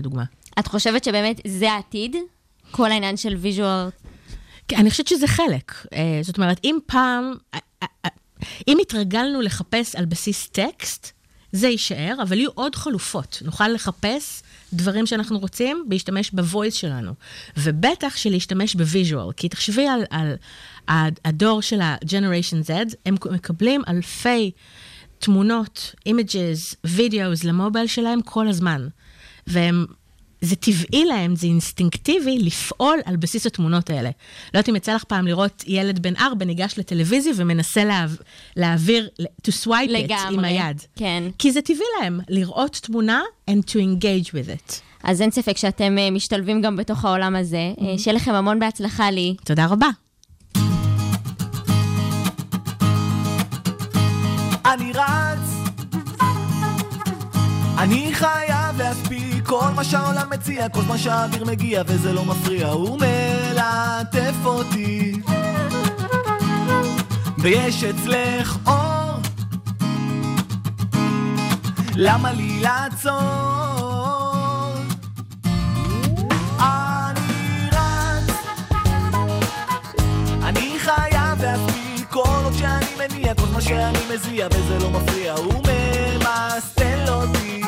את חושבת שבאמת זה העתיד? כל העניין של ויז'ואל? אני חושבת שזה חלק. זאת אומרת, אם פעם, אם התרגלנו לחפש על בסיס טקסט, זה יישאר, אבל יהיו עוד חלופות. נוכל לחפש דברים שאנחנו רוצים, בהשתמש בוויס שלנו. ובטח שלהשתמש בוויז'ואל. כי תחשבי על, על הדור של ה-Generation Z, הם מקבלים אלפי תמונות, images, videos למובייל שלהם כל הזמן. והם... זה טבעי להם, זה אינסטינקטיבי לפעול על בסיס התמונות האלה. לא יודעת אם יצא לך פעם לראות ילד בן ארבע ניגש לטלוויזיה ומנסה לה, להעביר, to swipe it עם היד. כן. כי זה טבעי להם, לראות תמונה and to engage with it. אז אין ספק שאתם uh, משתלבים גם בתוך העולם הזה. Mm-hmm. Uh, שיהיה לכם המון בהצלחה לי. תודה רבה. אני רץ, אני חייב להספיק כל מה שהעולם מציע, כל מה שהאוויר מגיע וזה לא מפריע, הוא מלטף אותי ויש אצלך אור, למה לי לעצור? אני רץ, אני חייב להספיק כל עוד שאני מניע, כל מה שאני מזיע וזה לא מפריע, הוא ממסטל אותי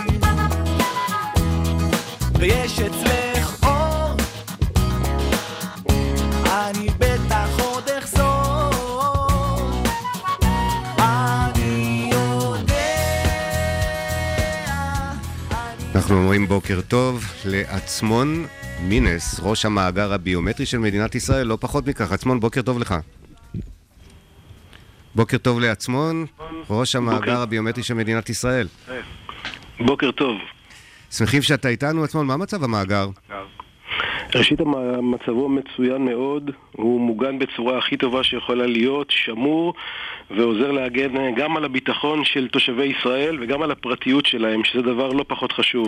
ויש אצלך אור, אני בטח עוד אחזור, אני יודע. אנחנו אומרים בוקר טוב לעצמון מינס, ראש המאגר הביומטרי של מדינת ישראל, לא פחות מכך. עצמון, בוקר טוב לך. בוקר טוב לעצמון, ראש המאגר הביומטרי של מדינת ישראל. בוקר טוב. שמחים שאתה איתנו, עצמון. מה מצב המאגר? ראשית, מצבו מצוין מאוד, הוא מוגן בצורה הכי טובה שיכולה להיות, שמור, ועוזר להגן גם על הביטחון של תושבי ישראל וגם על הפרטיות שלהם, שזה דבר לא פחות חשוב.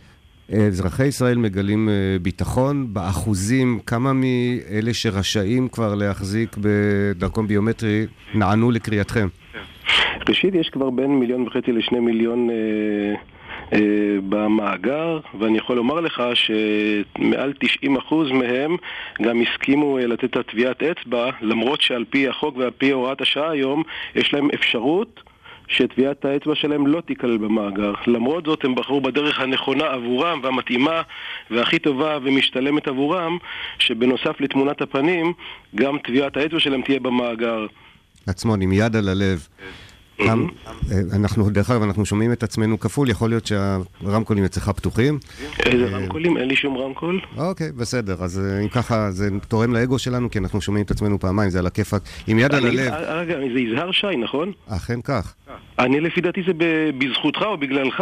אזרחי ישראל מגלים ביטחון באחוזים, כמה מאלה שרשאים כבר להחזיק בדרכון ביומטרי נענו לקריאתכם? ראשית, יש כבר בין מיליון וחצי לשני מיליון אה, אה, במאגר, ואני יכול לומר לך שמעל תשעים אחוז מהם גם הסכימו אה, לתת את טביעת אצבע, למרות שעל פי החוק ועל פי הוראת השעה היום יש להם אפשרות שטביעת האצבע שלהם לא תיכלל במאגר. למרות זאת הם בחרו בדרך הנכונה עבורם והמתאימה והכי טובה ומשתלמת עבורם, שבנוסף לתמונת הפנים גם טביעת האצבע שלהם תהיה במאגר. עצמון, עם יד על הלב. גם, אנחנו, דרך אגב, אנחנו שומעים את עצמנו כפול, יכול להיות שהרמקולים אצלך פתוחים. איזה רמקולים? אין לי שום רמקול. אוקיי, בסדר. אז אם ככה, זה תורם לאגו שלנו, כי אנחנו שומעים את עצמנו פעמיים, זה על הכיפק. עם יד על הלב. רגע, זה יזהר שי, נכון? אכן כך. אני לפי דעתי זה בזכותך או בגללך.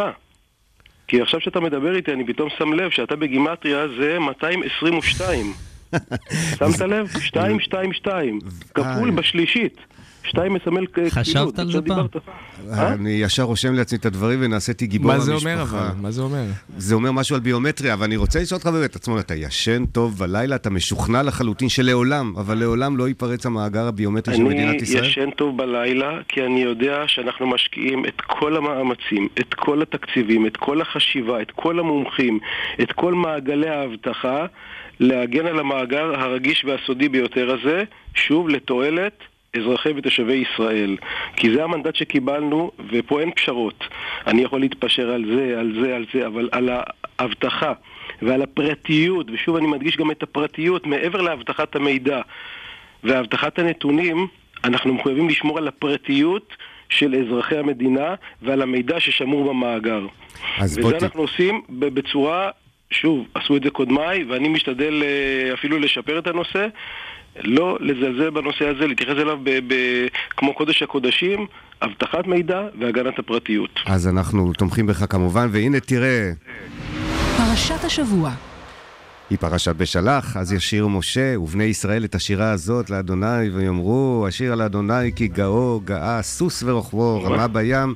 כי עכשיו שאתה מדבר איתי, אני פתאום שם לב שאתה בגימטריה זה מאתיים עשרים ושתיים. שמת לב? שתיים שתיים שתיים. כפול בשלישית. שתיים מסמל כפילות. חשבת על זה פעם? אני ישר רושם לעצמי את הדברים ונעשיתי גיבור המשפחה. מה זה אומר אבל? מה זה אומר? זה אומר משהו על ביומטריה, אבל אני רוצה לשאול אותך באמת, עצמון, אתה ישן טוב בלילה, אתה משוכנע לחלוטין שלעולם, אבל לעולם לא ייפרץ המאגר הביומטרי של מדינת ישראל? אני ישן טוב בלילה, כי אני יודע שאנחנו משקיעים את כל המאמצים, את כל התקציבים, את כל החשיבה, את כל המומחים, את כל מעגלי ההבטחה, להגן על המאגר הרגיש והסודי ביותר הזה, שוב לתועלת אזרחי ותושבי ישראל. כי זה המנדט שקיבלנו, ופה אין פשרות. אני יכול להתפשר על זה, על זה, על זה, אבל על ההבטחה ועל הפרטיות, ושוב אני מדגיש גם את הפרטיות, מעבר להבטחת המידע והבטחת הנתונים, אנחנו מחויבים לשמור על הפרטיות של אזרחי המדינה ועל המידע ששמור במאגר. וזה בוטי. אנחנו עושים בצורה, שוב, עשו את זה קודמיי, ואני משתדל אפילו לשפר את הנושא, לא לזלזל בנושא הזה, להתייחס אליו ב- ב- כמו קודש הקודשים, הבטחת מידע והגנת הפרטיות. אז אנחנו תומכים בך כמובן, והנה תראה. פרשת השבוע. היא פרשת בשלח, אז ישיר משה ובני ישראל את השירה הזאת לאדוני, ויאמרו, השיר על אדוני כי גאו, גאה, סוס ורוכבו, רמה בים.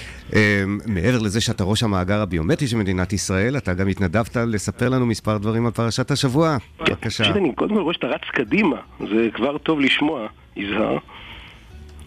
מעבר לזה שאתה ראש המאגר הביומטרי של מדינת ישראל, אתה גם התנדבת לספר לנו מספר דברים על פרשת השבוע. בבקשה. אני קודם כל רואה שאתה רץ קדימה, זה כבר טוב לשמוע, יזהר.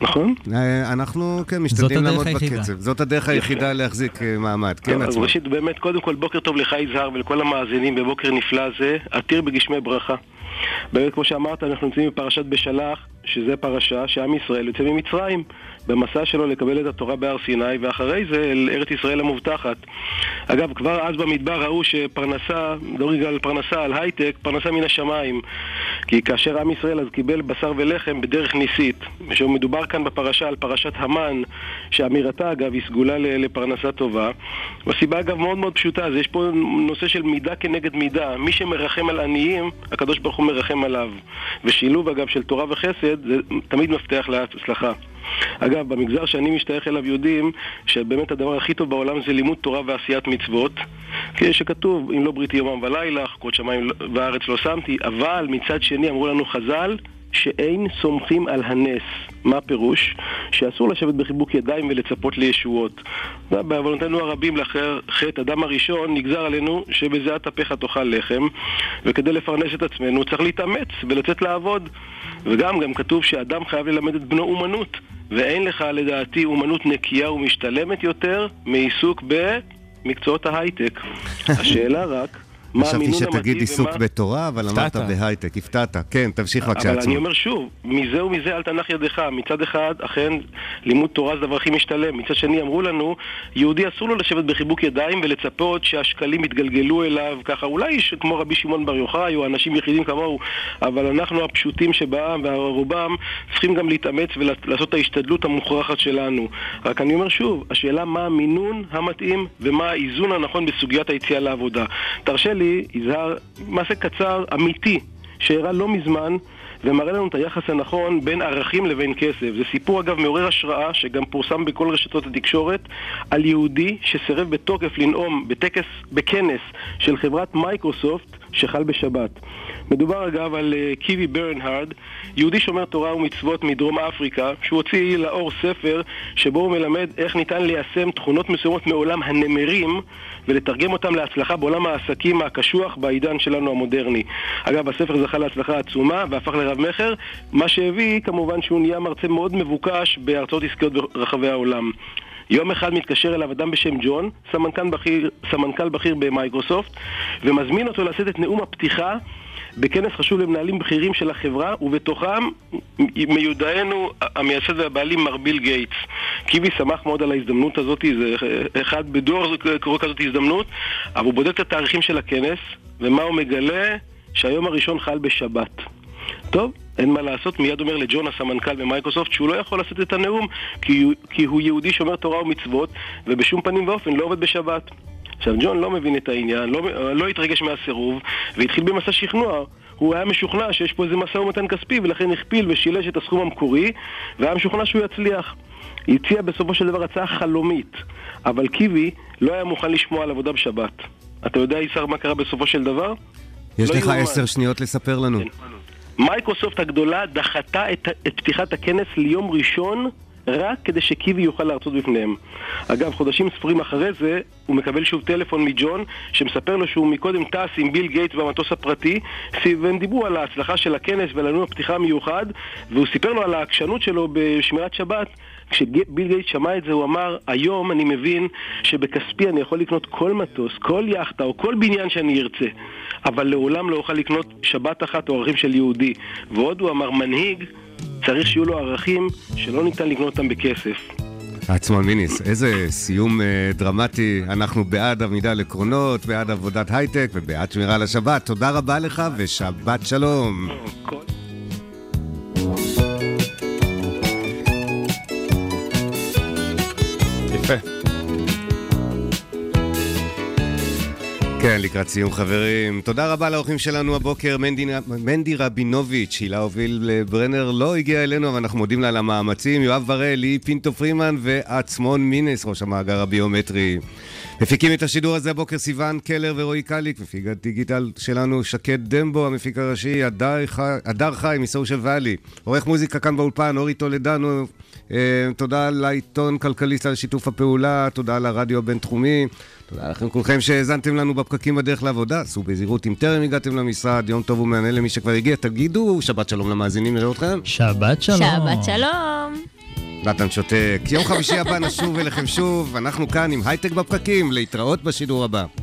נכון? אנחנו, כן, משתדלים לעמוד בקצב. זאת הדרך היחידה להחזיק מעמד, כן, עצמו. ראשית, באמת, קודם כל, בוקר טוב לך יזהר ולכל המאזינים בבוקר נפלא זה, עתיר בגשמי ברכה. באמת, כמו שאמרת, אנחנו נמצאים בפרשת בשלח, שזה פרשה שעם ישראל יוצא ממצרים, במסע שלו לקבל את התורה בהר סיני, ואחרי זה אל ארץ ישראל המובטחת. אגב, כבר אז במדבר ראו שפרנסה, לא רגע על פרנסה, על הייטק, פרנסה מן השמיים. כי כאשר עם ישראל אז קיבל בשר ולחם בדרך ניסית, שמדובר כאן בפרשה על פרשת המן, שאמירתה אגב היא סגולה לפרנסה טובה. והסיבה אגב מאוד מאוד פשוטה, זה יש פה נושא של מידה כנגד מידה. מי שמרחם על עניים, הקדוש ברוך הוא מרחם עליו. ושילוב אגב של תורה וחסד, זה תמיד מפתח להצלחה. אגב, במגזר שאני משתייך אליו יודעים שבאמת הדבר הכי טוב בעולם זה לימוד תורה ועשיית מצוות, כי שכתוב, אם לא בריתי יומם ולילה, חוקות שמיים וארץ לא שמתי, אבל מצד שני אמרו לנו חז"ל שאין סומכים על הנס. מה הפירוש? שאסור לשבת בחיבוק ידיים ולצפות לישועות. בעוונותינו הרבים לאחר חטא אדם הראשון נגזר עלינו שבזיעת אפיך תאכל לחם, וכדי לפרנס את עצמנו צריך להתאמץ ולצאת לעבוד. וגם גם כתוב שאדם חייב ללמד את בנו אומנות, ואין לך לדעתי אומנות נקייה ומשתלמת יותר מעיסוק במקצועות ההייטק. השאלה רק מה המינון המתאים. חשבתי שתגיד עיסוק בתורה, אבל אמרת בהייטק, הפתעת. כן, תמשיך בבקשה עצמו. אבל אני אומר שוב, מזה ומזה אל תנח ידך. מצד אחד, אכן, לימוד תורה זה דבר הכי משתלם. מצד שני, אמרו לנו, יהודי אסור לו לשבת בחיבוק ידיים ולצפות שהשקלים יתגלגלו אליו, ככה אולי כמו רבי שמעון בר יוחאי, או אנשים יחידים כמוהו, אבל אנחנו הפשוטים שבעם והרובם צריכים גם להתאמץ ולעשות את ההשתדלות המוכרחת שלנו. רק אני אומר שוב, השאלה מה המינון המתאים ומה האיזון הנכון בסוגיית היציאה לעבודה. תרשה לי, יזהר, מעשה קצר, אמיתי, שהראה לא מזמן, ומראה לנו את היחס הנכון בין ערכים לבין כסף. זה סיפור אגב מעורר השראה, שגם פורסם בכל רשתות התקשורת, על יהודי שסירב בתוקף לנאום בטקס, בכנס של חברת מייקרוסופט שחל בשבת. מדובר אגב על uh, קיבי ברנהרד, יהודי שומר תורה ומצוות מדרום אפריקה, שהוא הוציא לאור ספר שבו הוא מלמד איך ניתן ליישם תכונות מסוימות מעולם הנמרים ולתרגם אותם להצלחה בעולם העסקים הקשוח בעידן שלנו המודרני. אגב, הספר זכה להצלחה עצומה והפך לרב מחר, מה שהביא כמובן שהוא נהיה מרצה מאוד מבוקש בהרצאות עסקיות ברחבי העולם. יום אחד מתקשר אליו אדם בשם ג'ון, סמנכ"ל בכיר, סמנכ"ל בכיר במייקרוסופט, ומזמין אותו לשאת את נאום הפתיחה בכנס חשוב למנהלים בכירים של החברה, ובתוכם מיודענו המייסד והבעלים מר ביל גייטס. קיבי שמח מאוד על ההזדמנות הזאת, זה אחד בדור קורא כזאת הזדמנות, אבל הוא בודק את התאריכים של הכנס, ומה הוא מגלה? שהיום הראשון חל בשבת. טוב, אין מה לעשות, מיד אומר לג'ון הסמנכ"ל במייקרוסופט שהוא לא יכול לעשות את הנאום כי, כי הוא יהודי שומר תורה ומצוות ובשום פנים ואופן לא עובד בשבת. עכשיו, ג'ון לא מבין את העניין, לא, לא התרגש מהסירוב והתחיל במסע שכנוע. הוא היה משוכנע שיש פה איזה מסע ומתן כספי ולכן הכפיל ושילש את הסכום המקורי והיה משוכנע שהוא יצליח. הציע בסופו של דבר הצעה חלומית, אבל קיבי לא היה מוכן לשמוע על עבודה בשבת. אתה יודע, ישר, מה קרה בסופו של דבר? יש לא לך עשר שניות לספר לנו. מייקרוסופט הגדולה דחתה את, את פתיחת הכנס ליום ראשון רק כדי שקיבי יוכל להרצות בפניהם. אגב, חודשים ספורים אחרי זה הוא מקבל שוב טלפון מג'ון שמספר לו שהוא מקודם טס עם ביל גייטס במטוס הפרטי, והם דיברו על ההצלחה של הכנס ועל נאום הפתיחה המיוחד, והוא סיפר לו על העקשנות שלו בשמירת שבת. כשביל גייטס שמע את זה הוא אמר, היום אני מבין שבכספי אני יכול לקנות כל מטוס, כל יחטה או כל בניין שאני ארצה, אבל לעולם לא אוכל לקנות שבת אחת או ערכים של יהודי. ועוד הוא אמר, מנהיג צריך שיהיו לו ערכים שלא ניתן לקנות אותם בכסף. עצמון מיניס, איזה סיום uh, דרמטי. אנחנו בעד עמידה על עקרונות, בעד עבודת הייטק ובעד שמירה על השבת. תודה רבה לך ושבת שלום. יפה. כן, לקראת סיום חברים. תודה רבה לאורחים שלנו הבוקר, מנדי, מנדי רבינוביץ', הילה הוביל ברנר לא הגיע אלינו, אבל אנחנו מודים לה על המאמצים. יואב בראל, לי פינטו פרימן ועצמון מינס, ראש המאגר הביומטרי. מפיקים את השידור הזה הבוקר סיוון קלר ורועי קליק, מפיק הדיגיטל שלנו שקד דמבו, המפיק הראשי הדר חי, הדר חי מסושיאל ואלי, עורך מוזיקה כאן באולפן, אורי טולדנו. תודה לעיתון כלכליסט על שיתוף הפעולה, תודה לרדיו הבינתחומי, תודה לכם כולכם שהזנתם לנו בפקקים בדרך לעבודה, סעו בזהירות אם טרם הגעתם למשרד, יום טוב ומענה למי שכבר הגיע, תגידו שבת שלום למאזינים, נראה אתכם. שבת שלום. שבת שלום. נתן שותק. יום חמישי הבא נשוב אליכם שוב, אנחנו כאן עם הייטק בפקקים, להתראות בשידור הבא.